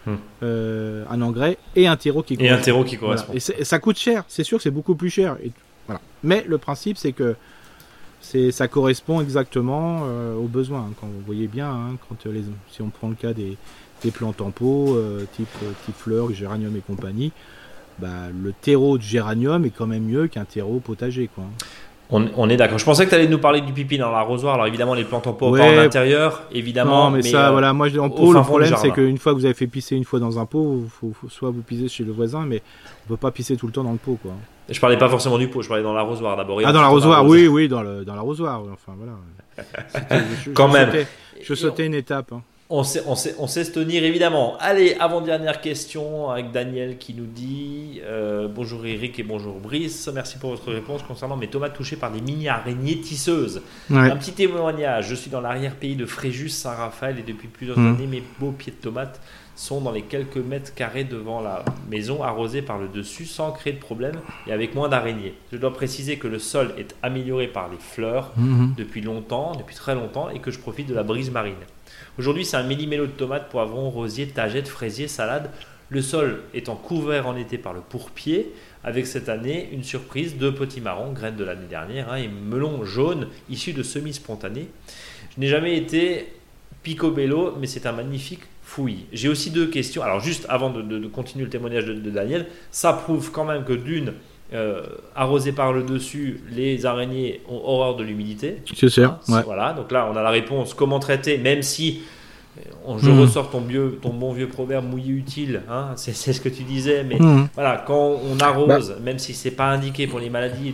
[SPEAKER 2] Un engrais et un terreau qui correspond.
[SPEAKER 1] Et un terreau qui correspond.
[SPEAKER 2] Voilà. Et ça coûte cher. C'est sûr que c'est beaucoup plus cher. Voilà. Mais le principe, c'est que ça correspond exactement aux besoins. Quand vous voyez bien, si on prend le cas des plantes en pot, type fleurs, géranium et compagnie, le terreau de géranium est quand même mieux qu'un terreau potager, quoi.
[SPEAKER 1] On est d'accord. Je pensais que tu allais nous parler du pipi dans l'arrosoir. Alors évidemment, les plantes en pot, pas en intérieur, évidemment.
[SPEAKER 2] Non, mais ça, voilà. Moi, en pot, le problème, c'est qu'une fois que vous avez fait pisser une fois dans un pot, faut soit vous pissez chez le voisin, mais on peut pas pisser tout le temps dans le pot, quoi.
[SPEAKER 1] Je parlais pas forcément du pot, je parlais dans l'arrosoir d'abord.
[SPEAKER 2] Dans l'arrosoir, oui, dans l'arrosoir. Enfin, voilà.
[SPEAKER 1] Quand même.
[SPEAKER 2] Je sautais une étape. Hein.
[SPEAKER 1] On sait se tenir, évidemment. Allez, avant-dernière question avec Daniel qui nous dit bonjour Eric et bonjour Brice. Merci pour votre réponse concernant mes tomates touchées par des mini-araignées tisseuses. Ouais. Un petit témoignage. Je suis dans l'arrière-pays de Fréjus, Saint-Raphaël, et depuis plusieurs années, mes beaux pieds de tomates sont dans les quelques mètres carrés devant la maison, arrosés par le dessus sans créer de problème et avec moins d'araignées. Je dois préciser que le sol est amélioré par les fleurs depuis très longtemps, et que je profite de la brise marine. Aujourd'hui, c'est un méli-mélo de tomates, poivrons, rosiers, tagettes, fraisiers, salades. Le sol étant couvert en été par le pourpier, avec cette année une surprise de potimarron, graines de l'année dernière, et melons jaunes issus de semis spontanés. Je n'ai jamais été picobello, mais c'est un magnifique fouillis. J'ai aussi 2 questions. Alors juste avant de continuer le témoignage de Daniel, ça prouve quand même que arrosé par le dessus, les araignées ont horreur de l'humidité.
[SPEAKER 2] C'est sûr. Ouais.
[SPEAKER 1] Voilà, donc là on a la réponse. Comment traiter, même si je ressors ton bon vieux proverbe mouillé utile, hein, c'est ce que tu disais, mais voilà, quand on arrose, même si c'est pas indiqué pour les maladies,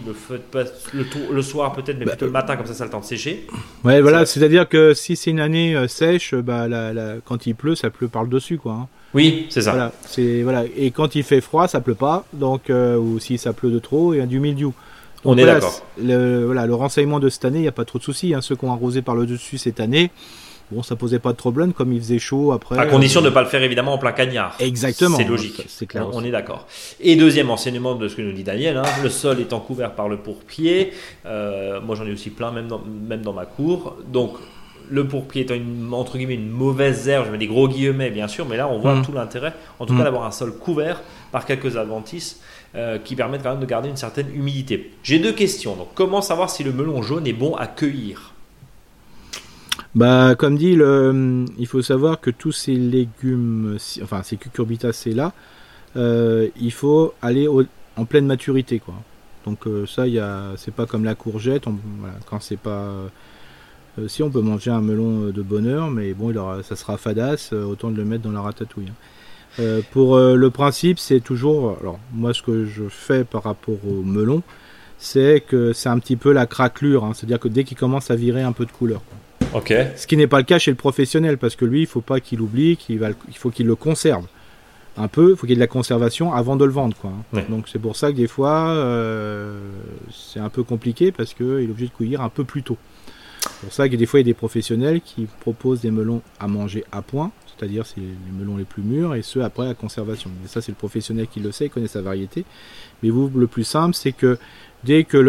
[SPEAKER 1] le soir peut-être, mais plutôt le matin, comme ça a le temps de sécher.
[SPEAKER 2] Ouais, voilà, c'est-à-dire que si c'est une année sèche, quand il pleut, ça pleut par le dessus, quoi. Hein.
[SPEAKER 1] Oui, c'est ça.
[SPEAKER 2] Voilà, et quand il fait froid, ça pleut pas, donc ou si ça pleut de trop, il y a du mildiou.
[SPEAKER 1] On est d'accord.
[SPEAKER 2] Le renseignement de cette année, il n'y a pas trop de soucis. Hein. Ceux qui ont arrosé par le dessus cette année, bon, ça posait pas de problème, comme il faisait chaud après.
[SPEAKER 1] À condition de ne pas le faire évidemment en plein cagnard.
[SPEAKER 2] Exactement.
[SPEAKER 1] C'est logique.
[SPEAKER 2] C'est clair.
[SPEAKER 1] On est d'accord. Et deuxième enseignement de ce que nous dit Daniel, le sol étant couvert par le pourpier. Moi j'en ai aussi plein, même dans ma cour. Donc le pourpier étant entre guillemets une mauvaise herbe, je mets des gros guillemets bien sûr, mais là on voit tout l'intérêt, en tout cas d'avoir un sol couvert par quelques adventices qui permettent quand même de garder une certaine humidité. J'ai 2 questions. Donc comment savoir si le melon jaune est bon à cueillir ?
[SPEAKER 2] Comme dit, il faut savoir que tous ces légumes, ces cucurbitacées-là, il faut aller en pleine maturité, quoi. Donc ça, c'est pas comme la courgette. Quand c'est pas, si on peut manger un melon de bonne heure, mais bon, ça sera fadasse, autant de le mettre dans la ratatouille. Pour le principe, c'est toujours. Alors moi, ce que je fais par rapport au melon, c'est que c'est un petit peu la craquelure, hein, c'est-à-dire que dès qu'il commence à virer un peu de couleur, quoi.
[SPEAKER 1] Okay.
[SPEAKER 2] Ce qui n'est pas le cas chez le professionnel, parce que lui, il ne faut pas qu'il oublie, il faut qu'il le conserve un peu, il faut qu'il y ait de la conservation avant de le vendre, quoi.
[SPEAKER 1] Ouais.
[SPEAKER 2] Donc c'est pour ça que des fois, c'est un peu compliqué, parce qu'il est obligé de cueillir un peu plus tôt. C'est pour ça que des fois, il y a des professionnels qui proposent des melons à manger à point, c'est-à-dire c'est les melons les plus mûrs, et ceux après la conservation. Et ça, c'est le professionnel qui le sait, il connaît sa variété. Mais vous, le plus simple, c'est que dès que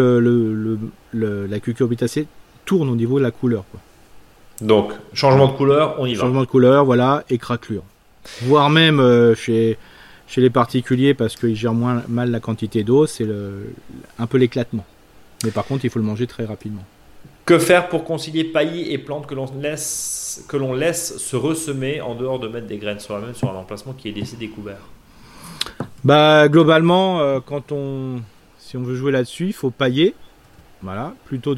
[SPEAKER 2] la cucurbitacée tourne au niveau de la couleur, quoi.
[SPEAKER 1] Donc, changement de couleur, on y va.
[SPEAKER 2] Changement de couleur, voilà, et craquelure. Voire même chez les particuliers, parce qu'ils gèrent moins mal la quantité d'eau, c'est un peu l'éclatement. Mais par contre, il faut le manger très rapidement.
[SPEAKER 1] Que faire pour concilier paillis et plantes que l'on laisse se ressemer en dehors de mettre des graines sur un emplacement qui est laissé découvert ?
[SPEAKER 2] Globalement, si on veut jouer là-dessus, il faut pailler. Voilà, plutôt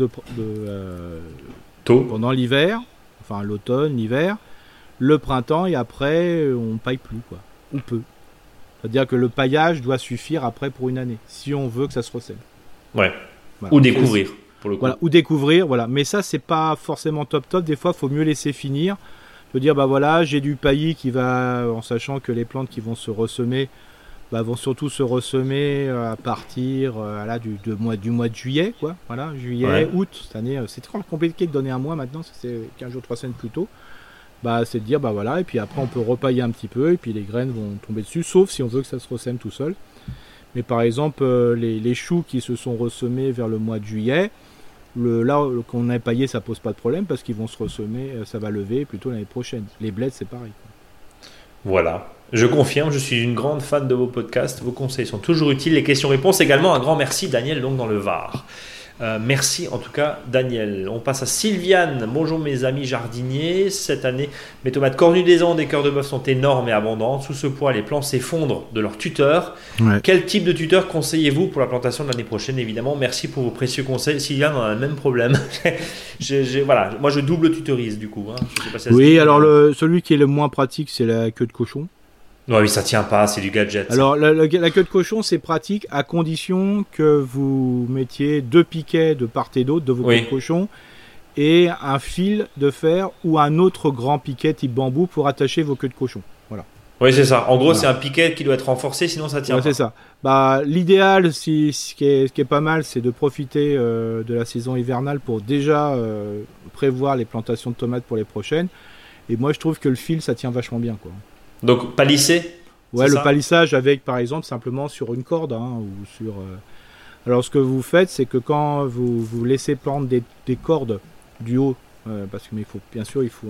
[SPEAKER 1] tôt
[SPEAKER 2] pendant l'hiver, enfin l'automne, l'hiver, le printemps, et après on paille plus, quoi, ou peu. C'est-à-dire que le paillage doit suffire après pour une année, si on veut que ça se recèle.
[SPEAKER 1] Ouais. Voilà. Ou découvrir, pour le coup.
[SPEAKER 2] Voilà, ou découvrir, voilà. Mais ça, c'est pas forcément top. Des fois, il faut mieux laisser finir. De dire, j'ai du paillis qui va, en sachant que les plantes qui vont se ressemer, vont surtout se ressemer à partir du mois de juillet, quoi. Voilà, juillet, août. Cette année, c'est très compliqué de donner un mois maintenant, c'est 15 jours, 3 semaines plus tôt. C'est de dire, voilà, et puis après on peut repailler un petit peu, et puis les graines vont tomber dessus, sauf si on veut que ça se ressème tout seul. Mais par exemple, les choux qui se sont ressemés vers le mois de juillet, qu'on a paillé, ça pose pas de problème, parce qu'ils vont se ressemer, ça va lever plutôt l'année prochaine. Les bleds, c'est pareil, quoi.
[SPEAKER 1] Voilà. Je confirme, je suis une grande fan de vos podcasts. Vos conseils sont toujours utiles. Les questions-réponses également. Un grand merci, Daniel, donc dans le Var. Merci en tout cas, Daniel. On passe à Sylviane. Bonjour mes amis jardiniers. Cette année, mes tomates cornues des Andes et cœurs de bœuf sont énormes et abondantes. Sous ce poids, les plants s'effondrent de leur tuteur. Ouais. Quel type de tuteur conseillez-vous pour la plantation de l'année prochaine? Évidemment, merci pour vos précieux conseils. Sylviane, on a le même problème. Voilà. Moi, je double tutorise du coup. Je sais pas si
[SPEAKER 2] oui, alors celui qui est le moins pratique, c'est la queue de cochon.
[SPEAKER 1] Oui, ça tient pas, c'est du gadget.
[SPEAKER 2] Alors, la queue de cochon, c'est pratique à condition que vous mettiez 2 piquets de part et d'autre de vos queues de cochon et un fil de fer ou un autre grand piquet type bambou pour attacher vos queues de cochon. Voilà.
[SPEAKER 1] Oui, c'est ça. En gros, c'est un piquet qui doit être renforcé, sinon ça tient pas.
[SPEAKER 2] C'est ça. L'idéal, ce qui est pas mal, c'est de profiter de la saison hivernale pour déjà prévoir les plantations de tomates pour les prochaines. Et moi, je trouve que le fil, ça tient vachement bien, quoi.
[SPEAKER 1] Donc palisser.
[SPEAKER 2] Ouais, le palissage avec, par exemple, simplement sur une corde ou sur. Alors, ce que vous faites, c'est que quand vous laissez pendre des cordes du haut, parce que il faut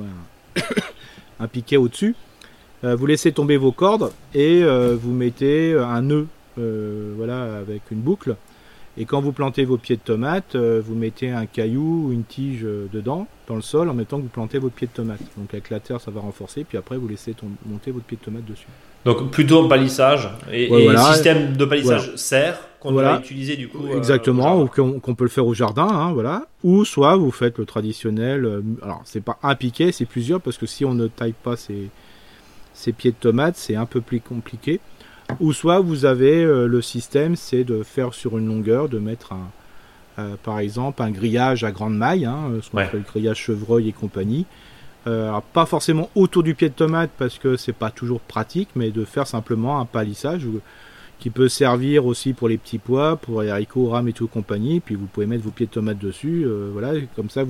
[SPEAKER 2] un piquet au-dessus. Vous laissez tomber vos cordes et vous mettez un nœud, avec une boucle. Et quand vous plantez vos pieds de tomates, vous mettez un caillou ou une tige dedans, dans le sol, en même temps que vous plantez votre pied de tomate. Donc avec la terre, ça va renforcer, puis après vous laissez monter votre pied de tomate dessus.
[SPEAKER 1] Donc plutôt un palissage, et système de palissage serre, qu'on doit utiliser du coup.
[SPEAKER 2] Exactement, ou qu'on peut le faire au jardin, voilà. Ou soit vous faites le traditionnel, alors c'est pas un piquet, c'est plusieurs, parce que si on ne taille pas ces pieds de tomates, c'est un peu plus compliqué. Ou soit vous avez le système, c'est de faire sur une longueur, de mettre par exemple un grillage à grande maille, ce qu'on appelle le grillage chevreuil et compagnie. Alors pas forcément autour du pied de tomate parce que c'est pas toujours pratique, mais de faire simplement un palissage qui peut servir aussi pour les petits pois, pour les haricots, rames et tout compagnie. Puis vous pouvez mettre vos pieds de tomate dessus, comme ça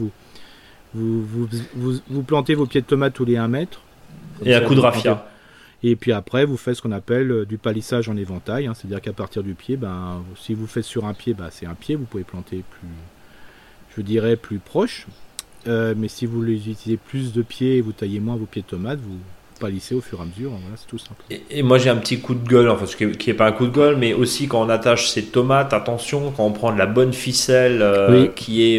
[SPEAKER 2] vous plantez vos pieds de tomate tous les 1 mètre.
[SPEAKER 1] Et à coup de raffia.
[SPEAKER 2] Et puis après, vous faites ce qu'on appelle du palissage en éventail, c'est-à-dire qu'à partir du pied, si vous faites sur un pied, c'est un pied, vous pouvez planter plus proche. Mais si vous utilisez plus de pieds et vous taillez moins vos pieds de tomates, vous palissez au fur et à mesure, voilà, c'est tout simple.
[SPEAKER 1] Et moi j'ai un petit coup de gueule, enfin, qui n'est pas un coup de gueule, mais aussi quand on attache ces tomates, attention, quand on prend de la bonne ficelle qui est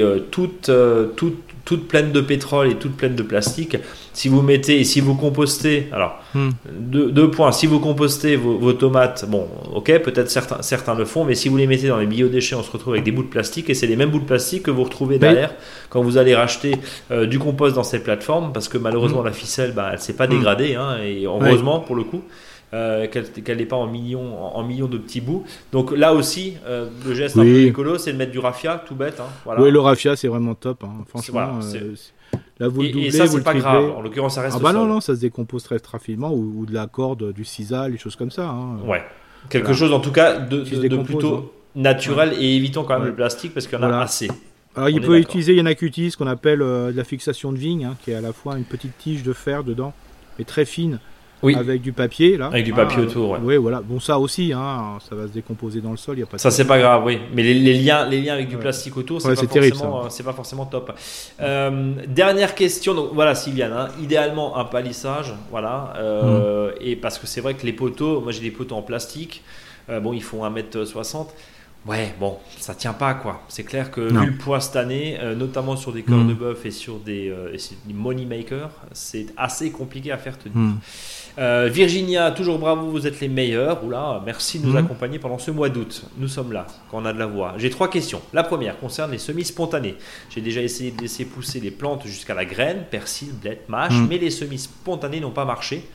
[SPEAKER 1] toute pleine de pétrole et toute pleine de plastique, si vous mettez et si vous compostez, alors deux points, si vous compostez vos tomates, peut-être certains le font, mais si vous les mettez dans les biodéchets, on se retrouve avec des bouts de plastique, et c'est les mêmes bouts de plastique que vous retrouvez derrière quand vous allez racheter du compost dans ces plateformes, parce que malheureusement la ficelle, elle s'est pas dégradée, et heureusement pour le coup. Qu'elle n'est pas en millions de petits bouts. Donc là aussi, le geste un peu écolo, c'est de mettre du raffia, tout bête. Voilà.
[SPEAKER 2] Oui, le raffia, c'est vraiment top. Franchement, là, vous le doublez,
[SPEAKER 1] et ça,
[SPEAKER 2] vous
[SPEAKER 1] c'est pas
[SPEAKER 2] le
[SPEAKER 1] grave. En l'occurrence, ça reste
[SPEAKER 2] non, ça se décompose très rapidement, ou de la corde, du sisal, des choses comme ça.
[SPEAKER 1] Quelque chose en tout cas de plutôt naturel, et évitons quand même le plastique, parce qu'il y en a assez.
[SPEAKER 2] Alors, il peut utiliser Yanacutis, ce qu'on appelle de la fixation de vigne, qui est à la fois une petite tige de fer dedans, mais très fine. Avec du papier là.
[SPEAKER 1] Avec du papier autour.
[SPEAKER 2] Oui, voilà. Bon, ça aussi, ça va se décomposer dans le sol. Y a pas de
[SPEAKER 1] ça, c'est pas grave, oui. Mais les liens avec du plastique autour, c'est pas forcément top. Dernière question. Donc voilà, Sylviane. Idéalement un palissage, voilà. Et parce que c'est vrai que les poteaux, moi j'ai des poteaux en plastique. Ils font 1m60. Ouais, ça tient pas, quoi. C'est clair que vu le poids cette année, notamment sur des cœurs de bœuf et sur des money makers, c'est assez compliqué à faire tenir. Virginia, toujours bravo, vous êtes les meilleurs. Oula, merci de nous accompagner pendant ce mois d'août. Nous sommes là, quand on a de la voix. J'ai 3 questions. La première concerne les semis spontanés. J'ai déjà essayé de laisser pousser les plantes jusqu'à la graine, persil, blette, mâche, mais les semis spontanés n'ont pas marché.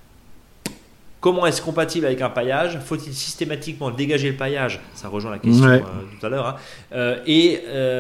[SPEAKER 1] Comment est-ce compatible avec un paillage? Faut-il systématiquement dégager le paillage? Ça rejoint la question tout à l'heure. Et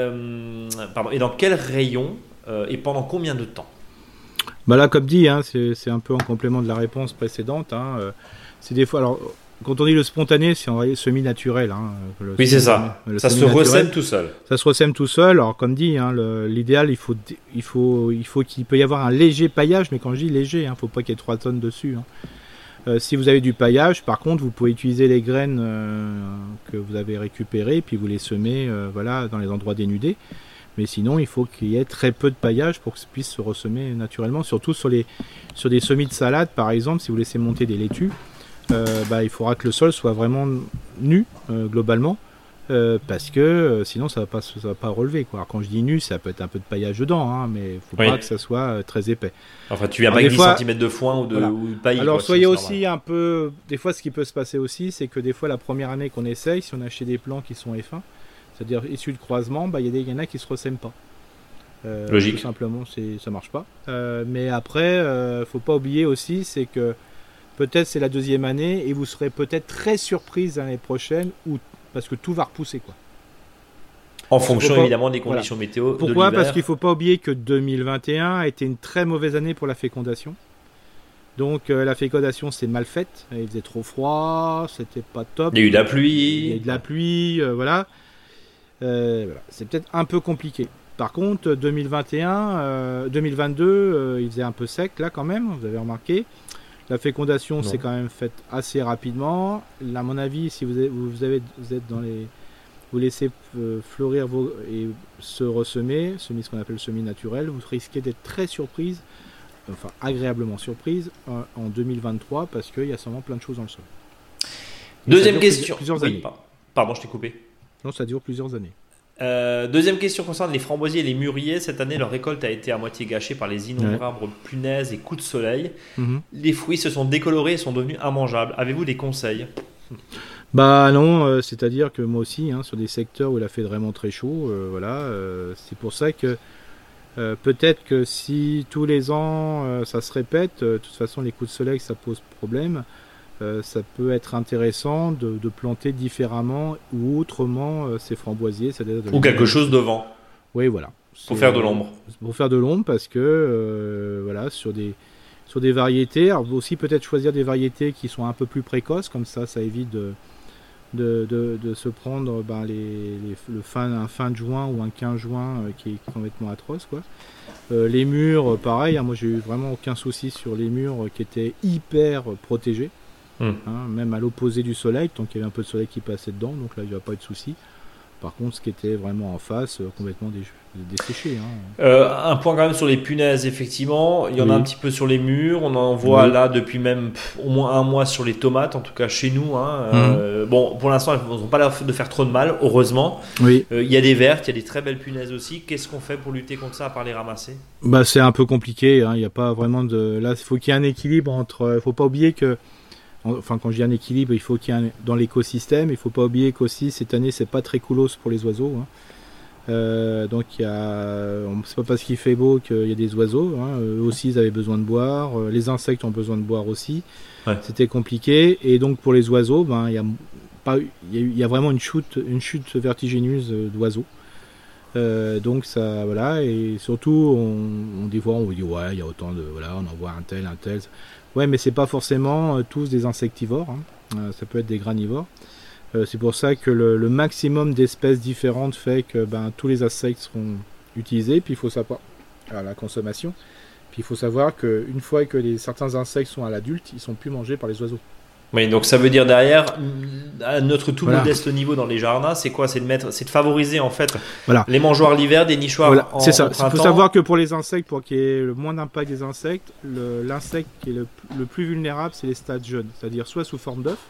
[SPEAKER 1] dans quel rayon et pendant combien de temps?
[SPEAKER 2] Là, comme dit, c'est un peu en complément de la réponse précédente. C'est des fois, alors quand on dit le spontané, c'est en réalité semi-naturel. Hein,
[SPEAKER 1] oui, c'est ça. Ça se ressème tout seul.
[SPEAKER 2] Ça se ressème tout seul. Alors, comme dit, hein, l'idéal, il faut qu'il peut y avoir un léger paillage, mais quand je dis léger, faut pas qu'il y ait 3 tonnes dessus. Si vous avez du paillage, par contre, vous pouvez utiliser les graines que vous avez récupérées, puis vous les semez, dans les endroits dénudés. Mais sinon, il faut qu'il y ait très peu de paillage pour que ça puisse se ressemer naturellement. Surtout sur des semis de salade, par exemple, si vous laissez monter des laitues, il faudra que le sol soit vraiment nu, globalement, parce que sinon, ça va pas relever, quoi. Alors, quand je dis nu, ça peut être un peu de paillage dedans, hein, mais il ne faut pas que ça soit très épais.
[SPEAKER 1] Enfin, tu viens pas avec 10 cm de foin ou de paille.
[SPEAKER 2] Alors, soyez aussi un peu... Des fois, ce qui peut se passer aussi, c'est que des fois, la première année qu'on essaye, si on a acheté des plants qui sont F1, c'est-à-dire issus de croisement, il y en a qui se ressèment pas.
[SPEAKER 1] Logique.
[SPEAKER 2] Tout simplement, ça marche pas. Mais après, faut pas oublier aussi, c'est que peut-être c'est la deuxième année et vous serez peut-être très surprise l'année prochaine, parce que tout va repousser, quoi.
[SPEAKER 1] En fonction évidemment des conditions météo.
[SPEAKER 2] Pourquoi ? Parce qu'il faut pas oublier que 2021 a été une très mauvaise année pour la fécondation. Donc la fécondation s'est mal faite. Il faisait trop froid, c'était pas top.
[SPEAKER 1] Il y a eu de la pluie.
[SPEAKER 2] Il y a eu de la pluie, voilà. C'est peut-être un peu compliqué. Par contre, 2022, il faisait un peu sec là quand même, vous avez remarqué. La fécondation s'est quand même faite assez rapidement. Là, à mon avis, si vous êtes dans les... Vous laissez fleurir et se ressemer, ce qu'on appelle le semis naturel, vous risquez d'être très surprise, enfin agréablement surprise, en 2023, parce qu'il y a sûrement plein de choses dans le sol.
[SPEAKER 1] Deuxième question.
[SPEAKER 2] Plusieurs années.
[SPEAKER 1] Pardon, je t'ai coupé.
[SPEAKER 2] Non, ça dure plusieurs années.
[SPEAKER 1] Deuxième question concerne les framboisiers et les mûriers. Cette année, leur récolte a été à moitié gâchée par les innombrables punaises et coups de soleil. Les fruits se sont décolorés et sont devenus immangeables. Avez-vous des conseils ?
[SPEAKER 2] Bah non, c'est-à-dire que moi aussi, sur des secteurs où il a fait vraiment très chaud, c'est pour ça que peut-être que si tous les ans ça se répète, de toute façon les coups de soleil ça pose problème. Ça peut être intéressant de planter différemment ou autrement ces framboisiers.
[SPEAKER 1] Ou quelque chose devant.
[SPEAKER 2] Oui, voilà.
[SPEAKER 1] Pour faire de l'ombre.
[SPEAKER 2] Pour faire de l'ombre, parce que sur des variétés, alors aussi peut-être choisir des variétés qui sont un peu plus précoces, comme ça évite de se prendre un fin de juin ou un 15 juin qui est complètement atroce, quoi. Les mûres, pareil, moi j'ai eu vraiment aucun souci sur les mûres qui étaient hyper protégées. Même à l'opposé du soleil, tant qu'il y avait un peu de soleil qui passait dedans, donc là il n'y a pas eu de souci. Par contre, ce qui était vraiment en face, complètement desséché.
[SPEAKER 1] Un point quand même sur les punaises, effectivement, il y en a un petit peu sur les murs, on en voit là depuis même au moins un mois sur les tomates, en tout cas chez nous. Bon, pour l'instant, elles n'ont pas l'air de faire trop de mal, heureusement. Il y a des vertes, il y a des très belles punaises aussi. Qu'est-ce qu'on fait pour lutter contre ça, à part les ramasser ?
[SPEAKER 2] C'est un peu compliqué, il n'y a pas vraiment de... Là, il faut qu'il y ait un équilibre entre... Il ne faut pas oublier que... Enfin, quand je dis un équilibre, il faut qu'il y ait dans l'écosystème. Il ne faut pas oublier qu'aussi cette année, c'est pas très coolos pour les oiseaux. Donc, c'est pas parce qu'il fait beau qu'il y a des oiseaux. Eux aussi, ils avaient besoin de boire. Les insectes ont besoin de boire aussi. C'était compliqué. Et donc, pour les oiseaux, il y a vraiment une chute vertigineuse d'oiseaux. Donc ça, voilà. Et surtout, des fois, on vous dit il y a autant de, on en voit un tel. Ouais, mais c'est pas forcément tous des insectivores, ça peut être des granivores. C'est pour ça que le maximum d'espèces différentes fait que tous les insectes seront utilisés. Puis il faut savoir à la consommation. Puis il faut savoir qu'une fois que certains insectes sont à l'adulte, ils sont plus mangés par les oiseaux.
[SPEAKER 1] Oui, donc ça veut dire derrière, à notre tout modeste niveau dans les jardins, c'est quoi ? C'est de favoriser en fait les mangeoires l'hiver, des nichoirs
[SPEAKER 2] c'est ça.
[SPEAKER 1] Il
[SPEAKER 2] faut savoir que pour les insectes, pour qu'il y ait le moins d'impact des insectes, l'insecte qui est le plus vulnérable, c'est les stades jeunes, c'est-à-dire soit sous forme d'œuf,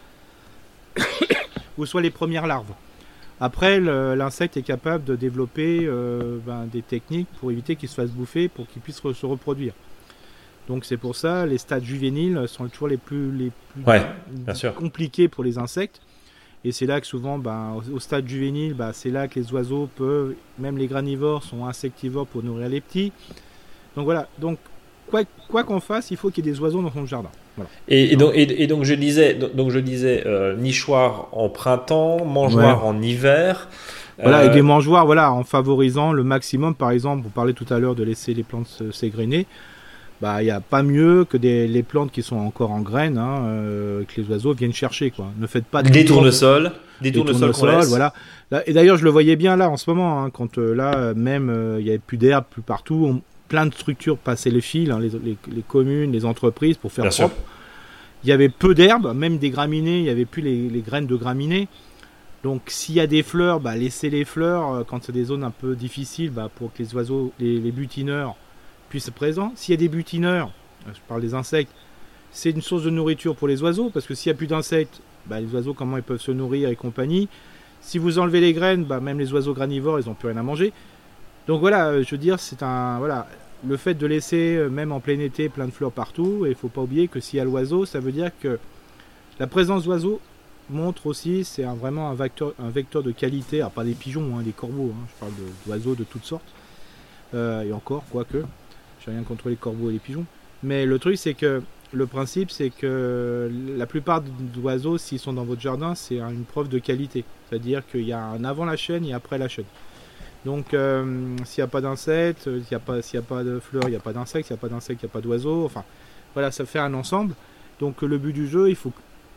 [SPEAKER 2] ou soit les premières larves. Après, l'insecte est capable de développer des techniques pour éviter qu'il se fasse bouffer, pour qu'il puisse se reproduire. Donc c'est pour ça les stades juvéniles sont toujours les plus compliqués pour les insectes. Et c'est là que souvent, au stade juvénile, c'est là que les oiseaux peuvent, même les granivores sont insectivores pour nourrir les petits. Donc voilà, donc quoi qu'on fasse, il faut qu'il y ait des oiseaux dans son jardin. Voilà.
[SPEAKER 1] Et donc je disais nichoir en printemps, mangeoire en hiver.
[SPEAKER 2] Voilà, et des mangeoires, en favorisant le maximum. Par exemple, vous parlez tout à l'heure de laisser les plantes s'égrener. il n'y a pas mieux que les plantes qui sont encore en graines, que les oiseaux viennent chercher, quoi. Ne faites pas
[SPEAKER 1] des tournesols qu'on laisse.
[SPEAKER 2] Voilà. Là, et d'ailleurs, je le voyais bien là en ce moment, quand même il y avait plus d'herbe plus partout, plein de structures passaient les fils, les communes, les entreprises pour faire propre. Il y avait peu d'herbe, même des graminées, il n'y avait plus les graines de graminées. Donc s'il y a des fleurs, laissez les fleurs quand c'est des zones un peu difficiles, pour que les oiseaux, les butineurs puissent être présents. S'il y a des butineurs, je parle des insectes, c'est une source de nourriture pour les oiseaux, parce que s'il n'y a plus d'insectes, les oiseaux, comment ils peuvent se nourrir et compagnie. Si vous enlevez les graines, même les oiseaux granivores, ils n'ont plus rien à manger. Donc voilà, je veux dire, le fait de laisser, même en plein été, plein de fleurs partout, et il ne faut pas oublier que s'il y a l'oiseau, ça veut dire que la présence d'oiseaux montre aussi, c'est vraiment un vecteur de qualité, alors pas des pigeons, des corbeaux, je parle d'oiseaux de toutes sortes, et encore, quoique, j'ai rien contre les corbeaux et les pigeons, mais le truc c'est que, le principe c'est que la plupart d'oiseaux, s'ils sont dans votre jardin, c'est une preuve de qualité, c'est-à-dire qu'il y a un avant la chaîne et après la chaîne. Donc s'il n'y a pas d'insectes, s'il n'y a pas de fleurs, il n'y a pas d'insectes, s'il n'y a pas d'insectes, il n'y a pas d'oiseaux, enfin, voilà, ça fait un ensemble. Donc le but du jeu, il faut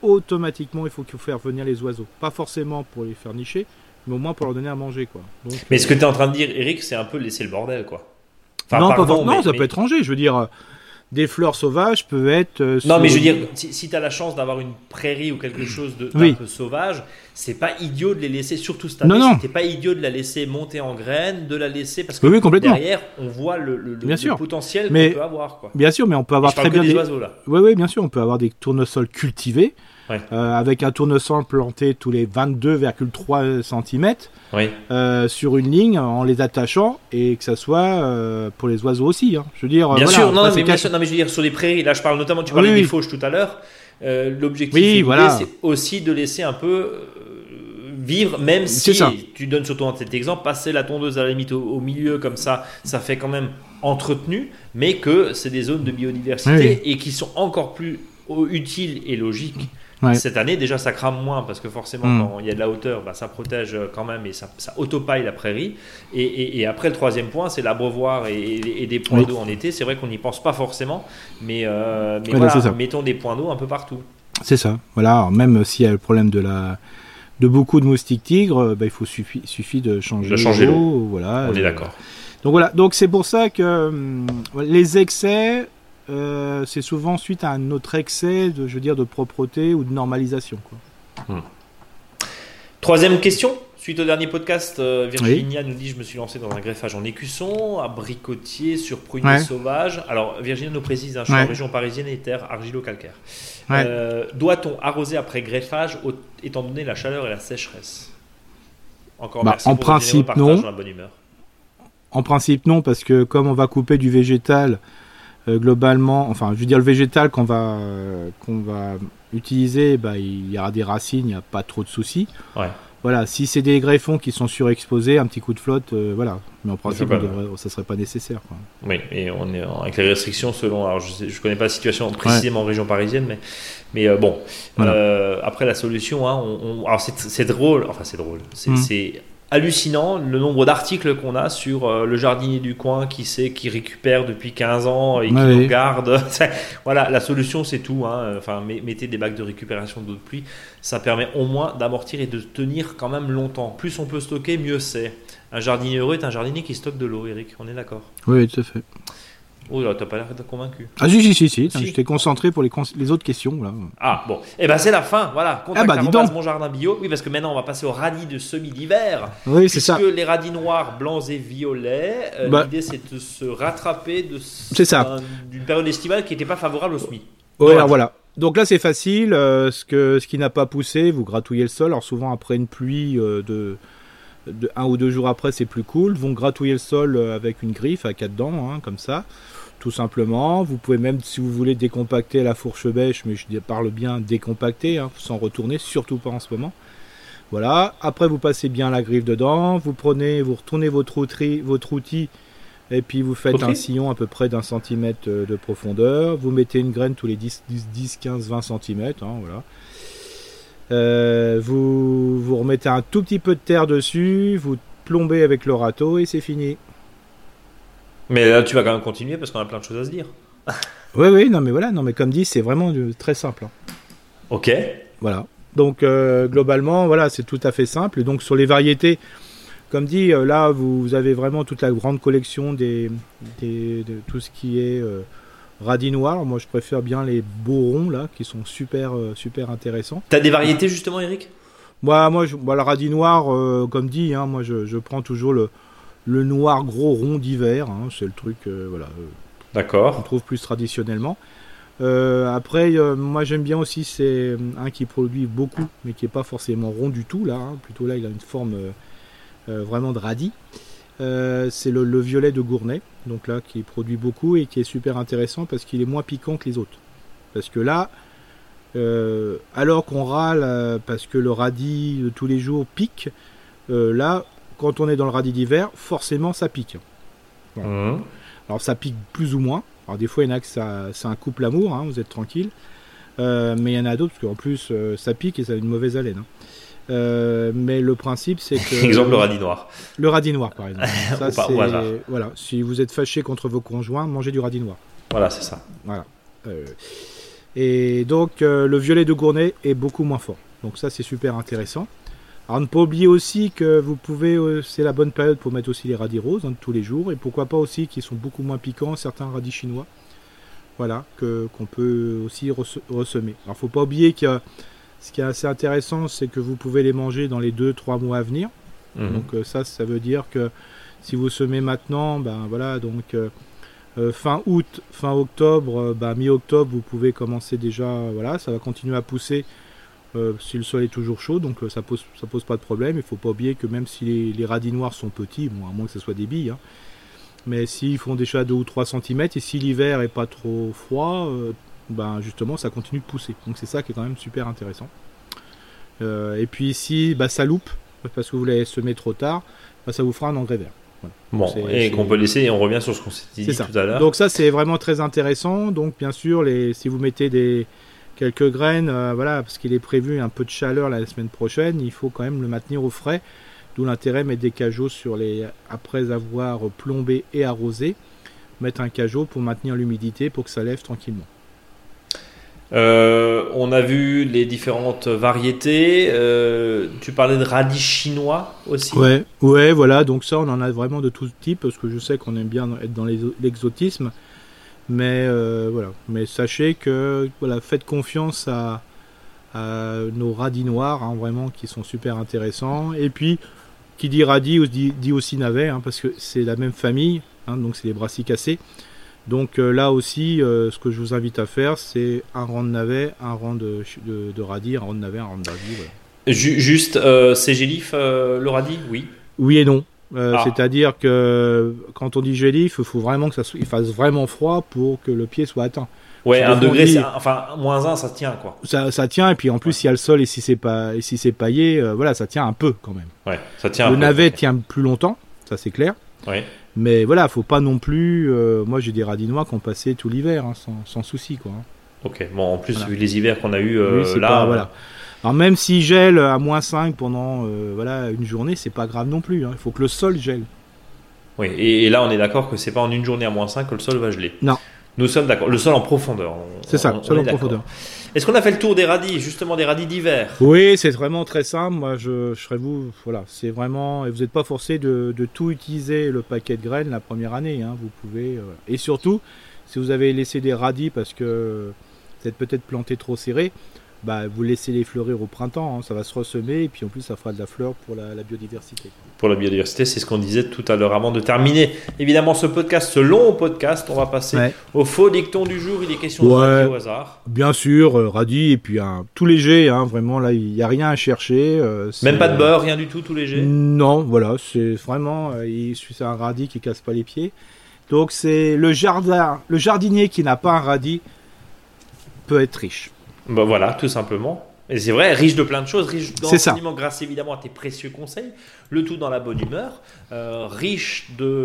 [SPEAKER 2] faire venir les oiseaux. Pas forcément pour les faire nicher, mais au moins pour leur donner à manger, quoi. Donc,
[SPEAKER 1] mais ce que tu es en train de dire, Eric, c'est un peu laisser le bordel, quoi.
[SPEAKER 2] Enfin, non, ça peut être rangé. Je veux dire, des fleurs sauvages peuvent être...
[SPEAKER 1] non, mais je veux dire, si tu as la chance d'avoir une prairie ou quelque chose d'un peu sauvage, c'est pas idiot de les laisser, surtout cette année, c'était pas idiot de la laisser monter en graines, de la laisser, parce que derrière, on voit le potentiel qu'on peut avoir, quoi.
[SPEAKER 2] Bien sûr, mais on peut avoir très bien
[SPEAKER 1] des oiseaux, là.
[SPEAKER 2] Oui, bien sûr, on peut avoir des tournesols cultivés, avec un tournesol planté tous les 22,3 cm sur une ligne en les attachant, et que ça soit pour les oiseaux aussi. Je veux dire,
[SPEAKER 1] bien sûr, mais je veux dire sur les prairies. Là, je parle notamment. Tu parlais des fauches tout à l'heure. L'objectif, c'est aussi de laisser un peu vivre, même si tu donnes surtout cet exemple, passer la tondeuse à la limite au milieu comme ça fait quand même entretenu, mais que c'est des zones de biodiversité et qui sont encore plus utiles et logiques. Cette année, déjà, ça crame moins parce que forcément, quand il y a de la hauteur, ça protège quand même et ça autopaille la prairie. Et après, le troisième point, c'est l'abreuvoir et des points d'eau en été. C'est vrai qu'on n'y pense pas forcément, mais voilà, mettons des points d'eau un peu partout.
[SPEAKER 2] C'est ça. Voilà. Alors, même s'il y a le problème de beaucoup de moustiques tigres, il suffit de changer l'eau. Voilà.
[SPEAKER 1] On est d'accord.
[SPEAKER 2] Donc voilà. Donc c'est pour ça que les excès. C'est souvent suite à un autre excès de propreté ou de normalisation, quoi.
[SPEAKER 1] Troisième question, suite au dernier podcast, Virginia nous dit: je me suis lancé dans un greffage en écusson, abricotier sur prunier sauvage. Alors Virginia nous précise, je suis en région parisienne et terre argilo-calcaire. Doit-on arroser après greffage étant donné la chaleur et la sécheresse? Encore merci
[SPEAKER 2] en principe non.
[SPEAKER 1] Dans la bonne humeur. En
[SPEAKER 2] principe non, parce que comme on va couper du végétal, globalement, enfin je veux dire le végétal qu'on va utiliser, il y aura des racines, il n'y a pas trop de soucis. Voilà, si c'est des greffons qui sont surexposés, un petit coup de flotte, voilà. Mais en principe, ça serait pas nécessaire, quoi.
[SPEAKER 1] Oui, et on est avec les restrictions selon. Alors je connais pas la situation précisément en région parisienne, mais bon. Voilà. Après la solution, alors c'est drôle, enfin c'est drôle, c'est hallucinant le nombre d'articles qu'on a sur le jardinier du coin qui récupère depuis 15 ans et qui nous garde. Voilà, la solution c'est tout. Enfin, mettez des bacs de récupération d'eau de pluie, ça permet au moins d'amortir et de tenir quand même longtemps. Plus on peut stocker, mieux c'est. Un jardinier heureux est un jardinier qui stocke de l'eau, Eric, on est d'accord?
[SPEAKER 2] Oui, tout à fait.
[SPEAKER 1] Oh là, t'as pas l'air d'être convaincu.
[SPEAKER 2] Ah si. J'étais concentré pour les autres questions là.
[SPEAKER 1] Ah bon, c'est la fin, voilà. Contact mon jardin bio. Oui, parce que maintenant on va passer aux radis de semis d'hiver.
[SPEAKER 2] Oui, c'est ça.
[SPEAKER 1] Puisque les radis noirs, blancs et violets, l'idée c'est de se rattraper d'une période estivale qui n'était pas favorable aux semis.
[SPEAKER 2] Oui, alors voilà. Donc là c'est facile. Ce qui n'a pas poussé, vous gratouillez le sol. Alors souvent après une pluie de 1 ou 2 jours après, c'est plus cool. Vont gratouiller le sol avec une griffe à 4 dents, comme ça. Tout simplement, vous pouvez même, si vous voulez, décompacter à la fourche bêche, mais je parle bien décompacter, sans retourner, surtout pas en ce moment. Voilà. Après, vous passez bien la griffe dedans, vous retournez votre outil, et puis vous faites un sillon à peu près d'1 centimètre de profondeur. Vous mettez une graine tous les 10, 15, 20 centimètres, voilà. Vous remettez un tout petit peu de terre dessus, vous plombez avec le râteau et c'est fini.
[SPEAKER 1] Mais là, tu vas quand même continuer parce qu'on a plein de choses à se dire.
[SPEAKER 2] Oui, non mais voilà, non mais comme dit, c'est vraiment très simple.
[SPEAKER 1] Ok.
[SPEAKER 2] Voilà. Donc globalement, voilà, c'est tout à fait simple. Et donc sur les variétés, comme dit, là vous avez vraiment toute la grande collection de tout ce qui est radis noir. Moi je préfère bien les beaux ronds là, qui sont super intéressants.
[SPEAKER 1] T'as des variétés justement, Eric?
[SPEAKER 2] Moi, le radis noir, comme dit, hein, moi je prends toujours le noir gros rond d'hiver. Hein, c'est le truc, voilà.
[SPEAKER 1] D'accord.
[SPEAKER 2] On trouve plus traditionnellement. Après, moi j'aime bien aussi, c'est un qui produit beaucoup, mais qui n'est pas forcément rond du tout là. Hein, plutôt là, il a une forme vraiment de radis. C'est le violet de Gournay, donc là qui produit beaucoup et qui est super intéressant parce qu'il est moins piquant que les autres. Parce que là, alors qu'on râle parce que le radis de tous les jours pique, là, quand on est dans le radis d'hiver, forcément ça pique. Bon. Alors ça pique plus ou moins. Alors des fois il y en a que c'est un couple amour, hein, vous êtes tranquille. Mais il y en a d'autres parce qu'en plus ça pique et ça a une mauvaise haleine. Hein. Mais le principe c'est que...
[SPEAKER 1] Exemple le radis noir.
[SPEAKER 2] Le radis noir par exemple. Ça,
[SPEAKER 1] au hasard.
[SPEAKER 2] Voilà, si vous êtes fâché contre vos conjoints, mangez du radis noir.
[SPEAKER 1] Voilà, c'est ça.
[SPEAKER 2] Voilà. Et donc le violet de Gournay est beaucoup moins fort. Donc ça c'est super intéressant. Alors ne pas oublier aussi que vous pouvez, c'est la bonne période pour mettre aussi les radis roses, hein, de tous les jours, et pourquoi pas aussi qui sont beaucoup moins piquants, certains radis chinois, voilà, qu'on peut aussi ressemer. Alors faut pas oublier que ce qui est assez intéressant, c'est que vous pouvez les manger dans les 2-3 mois à venir. Donc ça veut dire que si vous semez maintenant, ben voilà, donc fin août, fin octobre, mi-octobre, vous pouvez commencer déjà, voilà, ça va continuer à pousser. Si le sol est toujours chaud, donc ça pose pas de problème. Il faut pas oublier que même si les radis noirs sont petits, bon, à moins que ce soit des billes, hein, mais s'ils font déjà 2 ou 3 cm et si l'hiver est pas trop froid, justement ça continue de pousser. Donc c'est ça qui est quand même super intéressant. Et puis ici, ça loupe parce que vous l'avez semé trop tard, ça vous fera un engrais vert. Voilà.
[SPEAKER 1] Bon, et qu'on peut laisser, et on revient sur ce qu'on s'est dit tout à l'heure.
[SPEAKER 2] Donc ça c'est vraiment très intéressant. Donc bien sûr, si vous mettez quelques graines, voilà, parce qu'il est prévu un peu de chaleur la semaine prochaine, il faut quand même le maintenir au frais, d'où l'intérêt de mettre des cajots après avoir plombé et arrosé, mettre un cajot pour maintenir l'humidité pour que ça lève tranquillement.
[SPEAKER 1] On a vu les différentes variétés. Tu parlais de radis chinois aussi.
[SPEAKER 2] Ouais, voilà, donc ça on en a vraiment de tout type parce que je sais qu'on aime bien être dans l'exotisme. Mais voilà. Mais sachez que voilà, faites confiance à nos radis noirs, hein, vraiment, qui sont super intéressants. Et puis, qui dit radis dit aussi navet, hein, parce que c'est la même famille, hein, donc c'est les brassicacées. Donc là aussi, ce que je vous invite à faire, c'est un rang de navet, un rang de radis, un rang de navet, un rang de radis. Voilà.
[SPEAKER 1] Juste, c'est gélif le radis, oui.
[SPEAKER 2] Oui et non. C'est-à-dire que quand on dit gélif, il faut vraiment que il fasse vraiment froid pour que le pied soit atteint.
[SPEAKER 1] Ouais, 1 degré, enfin -1, ça tient quoi.
[SPEAKER 2] Ça tient, et puis en plus, il y a le sol, et si c'est paillé, voilà, ça tient un peu quand même.
[SPEAKER 1] Ouais, ça tient.
[SPEAKER 2] Le navet tient plus longtemps, ça c'est clair.
[SPEAKER 1] Ouais.
[SPEAKER 2] Mais voilà, faut pas non plus. Moi, j'ai des radis noirs qui ont passé tout l'hiver, hein, sans souci quoi.
[SPEAKER 1] Ok, bon, en plus, voilà. Vu les hivers qu'on a eu
[SPEAKER 2] oui,
[SPEAKER 1] là.
[SPEAKER 2] Voilà. Alors même s'il gèle à -5 pendant une journée, c'est pas grave non plus. Hein. Il faut que le sol gèle.
[SPEAKER 1] Oui, et là on est d'accord que c'est pas en une journée à -5 que le sol va geler.
[SPEAKER 2] Non.
[SPEAKER 1] Nous sommes d'accord. Le sol en profondeur.
[SPEAKER 2] C'est ça, le sol en profondeur.
[SPEAKER 1] Est-ce qu'on a fait le tour des radis, justement des radis d'hiver?
[SPEAKER 2] Oui, c'est vraiment très simple. Moi, je serais vous. Voilà, c'est vraiment. Et vous n'êtes pas forcé de tout utiliser le paquet de graines la première année. Hein. Vous pouvez. Et surtout, si vous avez laissé des radis parce que vous êtes peut-être planté trop serré, vous laissez-les fleurir au printemps, hein, ça va se ressemer et puis en plus ça fera de la fleur pour la biodiversité.
[SPEAKER 1] Pour la biodiversité, c'est ce qu'on disait tout à l'heure avant de terminer. Évidemment, ce long podcast, on va passer au faux dicton du jour. Il est question de radis au hasard.
[SPEAKER 2] Bien sûr, radis et puis tout léger, hein, vraiment là il n'y a rien à chercher.
[SPEAKER 1] Même pas de beurre, rien du tout, tout léger.
[SPEAKER 2] Non, voilà, c'est vraiment, c'est un radis qui casse pas les pieds. Donc c'est le jardinier qui n'a pas un radis peut être riche.
[SPEAKER 1] Voilà, tout simplement. Et c'est vrai, riche de plein de choses, riche d'enseignements grâce évidemment à tes précieux conseils, le tout dans la bonne humeur, riche de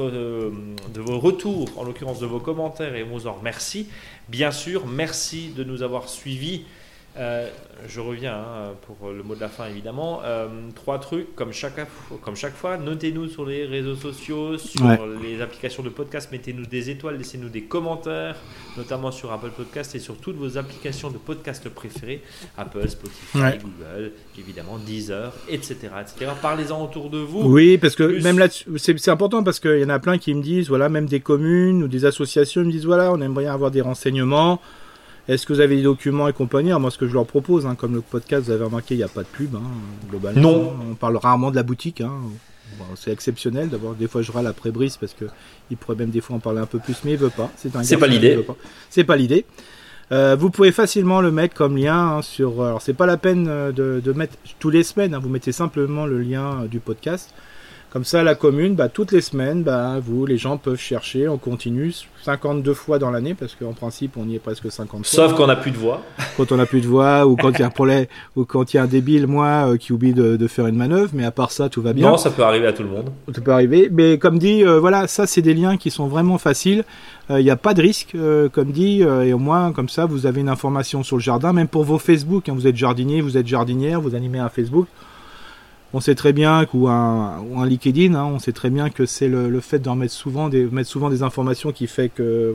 [SPEAKER 1] vos retours, en l'occurrence de vos commentaires, et on vous en remercie. Bien sûr, merci de nous avoir suivis Je reviens pour le mot de la fin évidemment. 3 trucs comme chaque fois. Notez-nous sur les réseaux sociaux, sur les applications de podcast. Mettez-nous des étoiles, laissez-nous des commentaires, notamment sur Apple Podcast et sur toutes vos applications de podcast préférées, Apple, Spotify, Google, évidemment Deezer, etc. Parlez-en autour de vous.
[SPEAKER 2] Oui, parce que même là, c'est important parce qu'il y en a plein qui me disent, voilà, même des communes ou des associations me disent, voilà, on aimerait avoir des renseignements. Est-ce que vous avez des documents et compagnie? Alors moi, ce que je leur propose, comme le podcast, vous avez remarqué, il n'y a pas de pub, globalement.
[SPEAKER 1] Non.
[SPEAKER 2] On parle rarement de la boutique. Bon, c'est exceptionnel. D'abord, des fois, je râle après Brice parce qu'il pourrait même des fois en parler un peu plus, mais il ne veut pas.
[SPEAKER 1] C'est pas l'idée.
[SPEAKER 2] C'est pas l'idée. Vous pouvez facilement le mettre comme lien sur... Alors, c'est pas la peine de mettre tous les semaines. Vous mettez simplement le lien du podcast. Comme ça, la commune, toutes les semaines, les gens peuvent chercher, on continue 52 fois dans l'année, parce qu'en principe, on y est presque 50 fois.
[SPEAKER 1] Sauf qu'on n'a plus de voix.
[SPEAKER 2] Quand on n'a plus de voix, ou quand il y a un problème, ou quand il y a un débile, qui oublie de faire une manœuvre, mais à part ça, tout va bien.
[SPEAKER 1] Non, ça peut arriver à tout le monde.
[SPEAKER 2] Ça peut arriver, mais comme dit, ça, c'est des liens qui sont vraiment faciles. Il n'y a pas de risque, comme dit, et au moins, comme ça, vous avez une information sur le jardin, même pour vos Facebook. Vous êtes jardinier, vous êtes jardinière, vous animez un Facebook. On sait très bien ou un LinkedIn, on sait très bien que c'est le fait d'en mettre souvent des informations qui fait que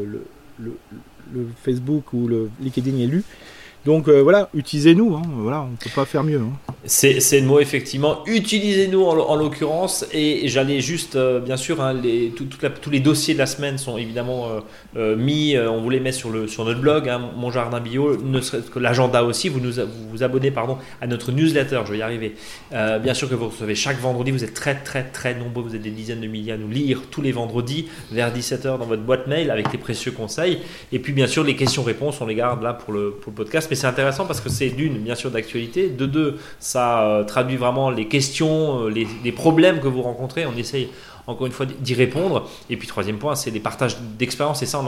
[SPEAKER 2] le Facebook ou le LinkedIn est lu. Donc utilisez-nous, on peut pas faire mieux.
[SPEAKER 1] C'est le mot effectivement. Utilisez-nous en l'occurrence, et j'allais juste bien sûr tous les dossiers de la semaine sont évidemment mis. On vous les met sur notre blog, Mon Jardin Bio, ne serait-ce que l'agenda aussi. Vous vous abonnez à notre newsletter. Je vais y arriver. Bien sûr que vous recevez chaque vendredi. Vous êtes très très très nombreux. Vous êtes des dizaines de milliers à nous lire tous les vendredis vers 17h dans votre boîte mail avec les précieux conseils. Et puis bien sûr les questions-réponses, on les garde là pour le podcast. Mais c'est intéressant parce que c'est d'une, bien sûr, d'actualité. De deux, ça traduit vraiment les questions, les problèmes que vous rencontrez. On essaye, encore une fois, d'y répondre. Et puis, troisième point, c'est les partages d'expériences. Et ça,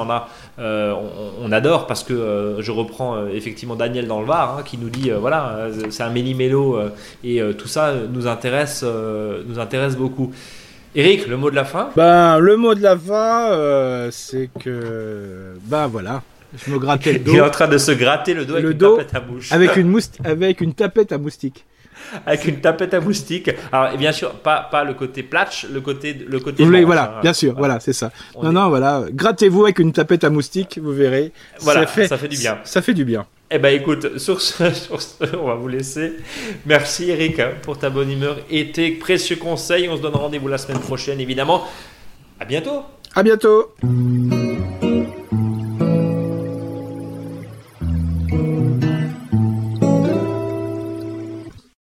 [SPEAKER 1] on adore parce que je reprends effectivement Daniel dans le Var qui nous dit, c'est un méli-mélo et tout ça nous intéresse beaucoup. Eric, le mot de la fin?
[SPEAKER 2] Le mot de la fin, c'est que... voilà. Je me grattais le dos.
[SPEAKER 1] Il est en train de se gratter le dos avec une tapette à mouche.
[SPEAKER 2] Avec une tapette à moustique.
[SPEAKER 1] Avec une tapette à moustique. Alors, bien sûr, pas le côté platch, le côté
[SPEAKER 2] manche, voilà, bien sûr, voilà, c'est ça. Voilà. Grattez-vous avec une tapette à moustique, vous verrez.
[SPEAKER 1] Voilà, ça fait du bien.
[SPEAKER 2] Ça fait du bien.
[SPEAKER 1] Écoute, sur ce, on va vous laisser. Merci Eric pour ta bonne humeur et tes précieux conseils. On se donne rendez-vous la semaine prochaine, évidemment. À bientôt.
[SPEAKER 2] À bientôt.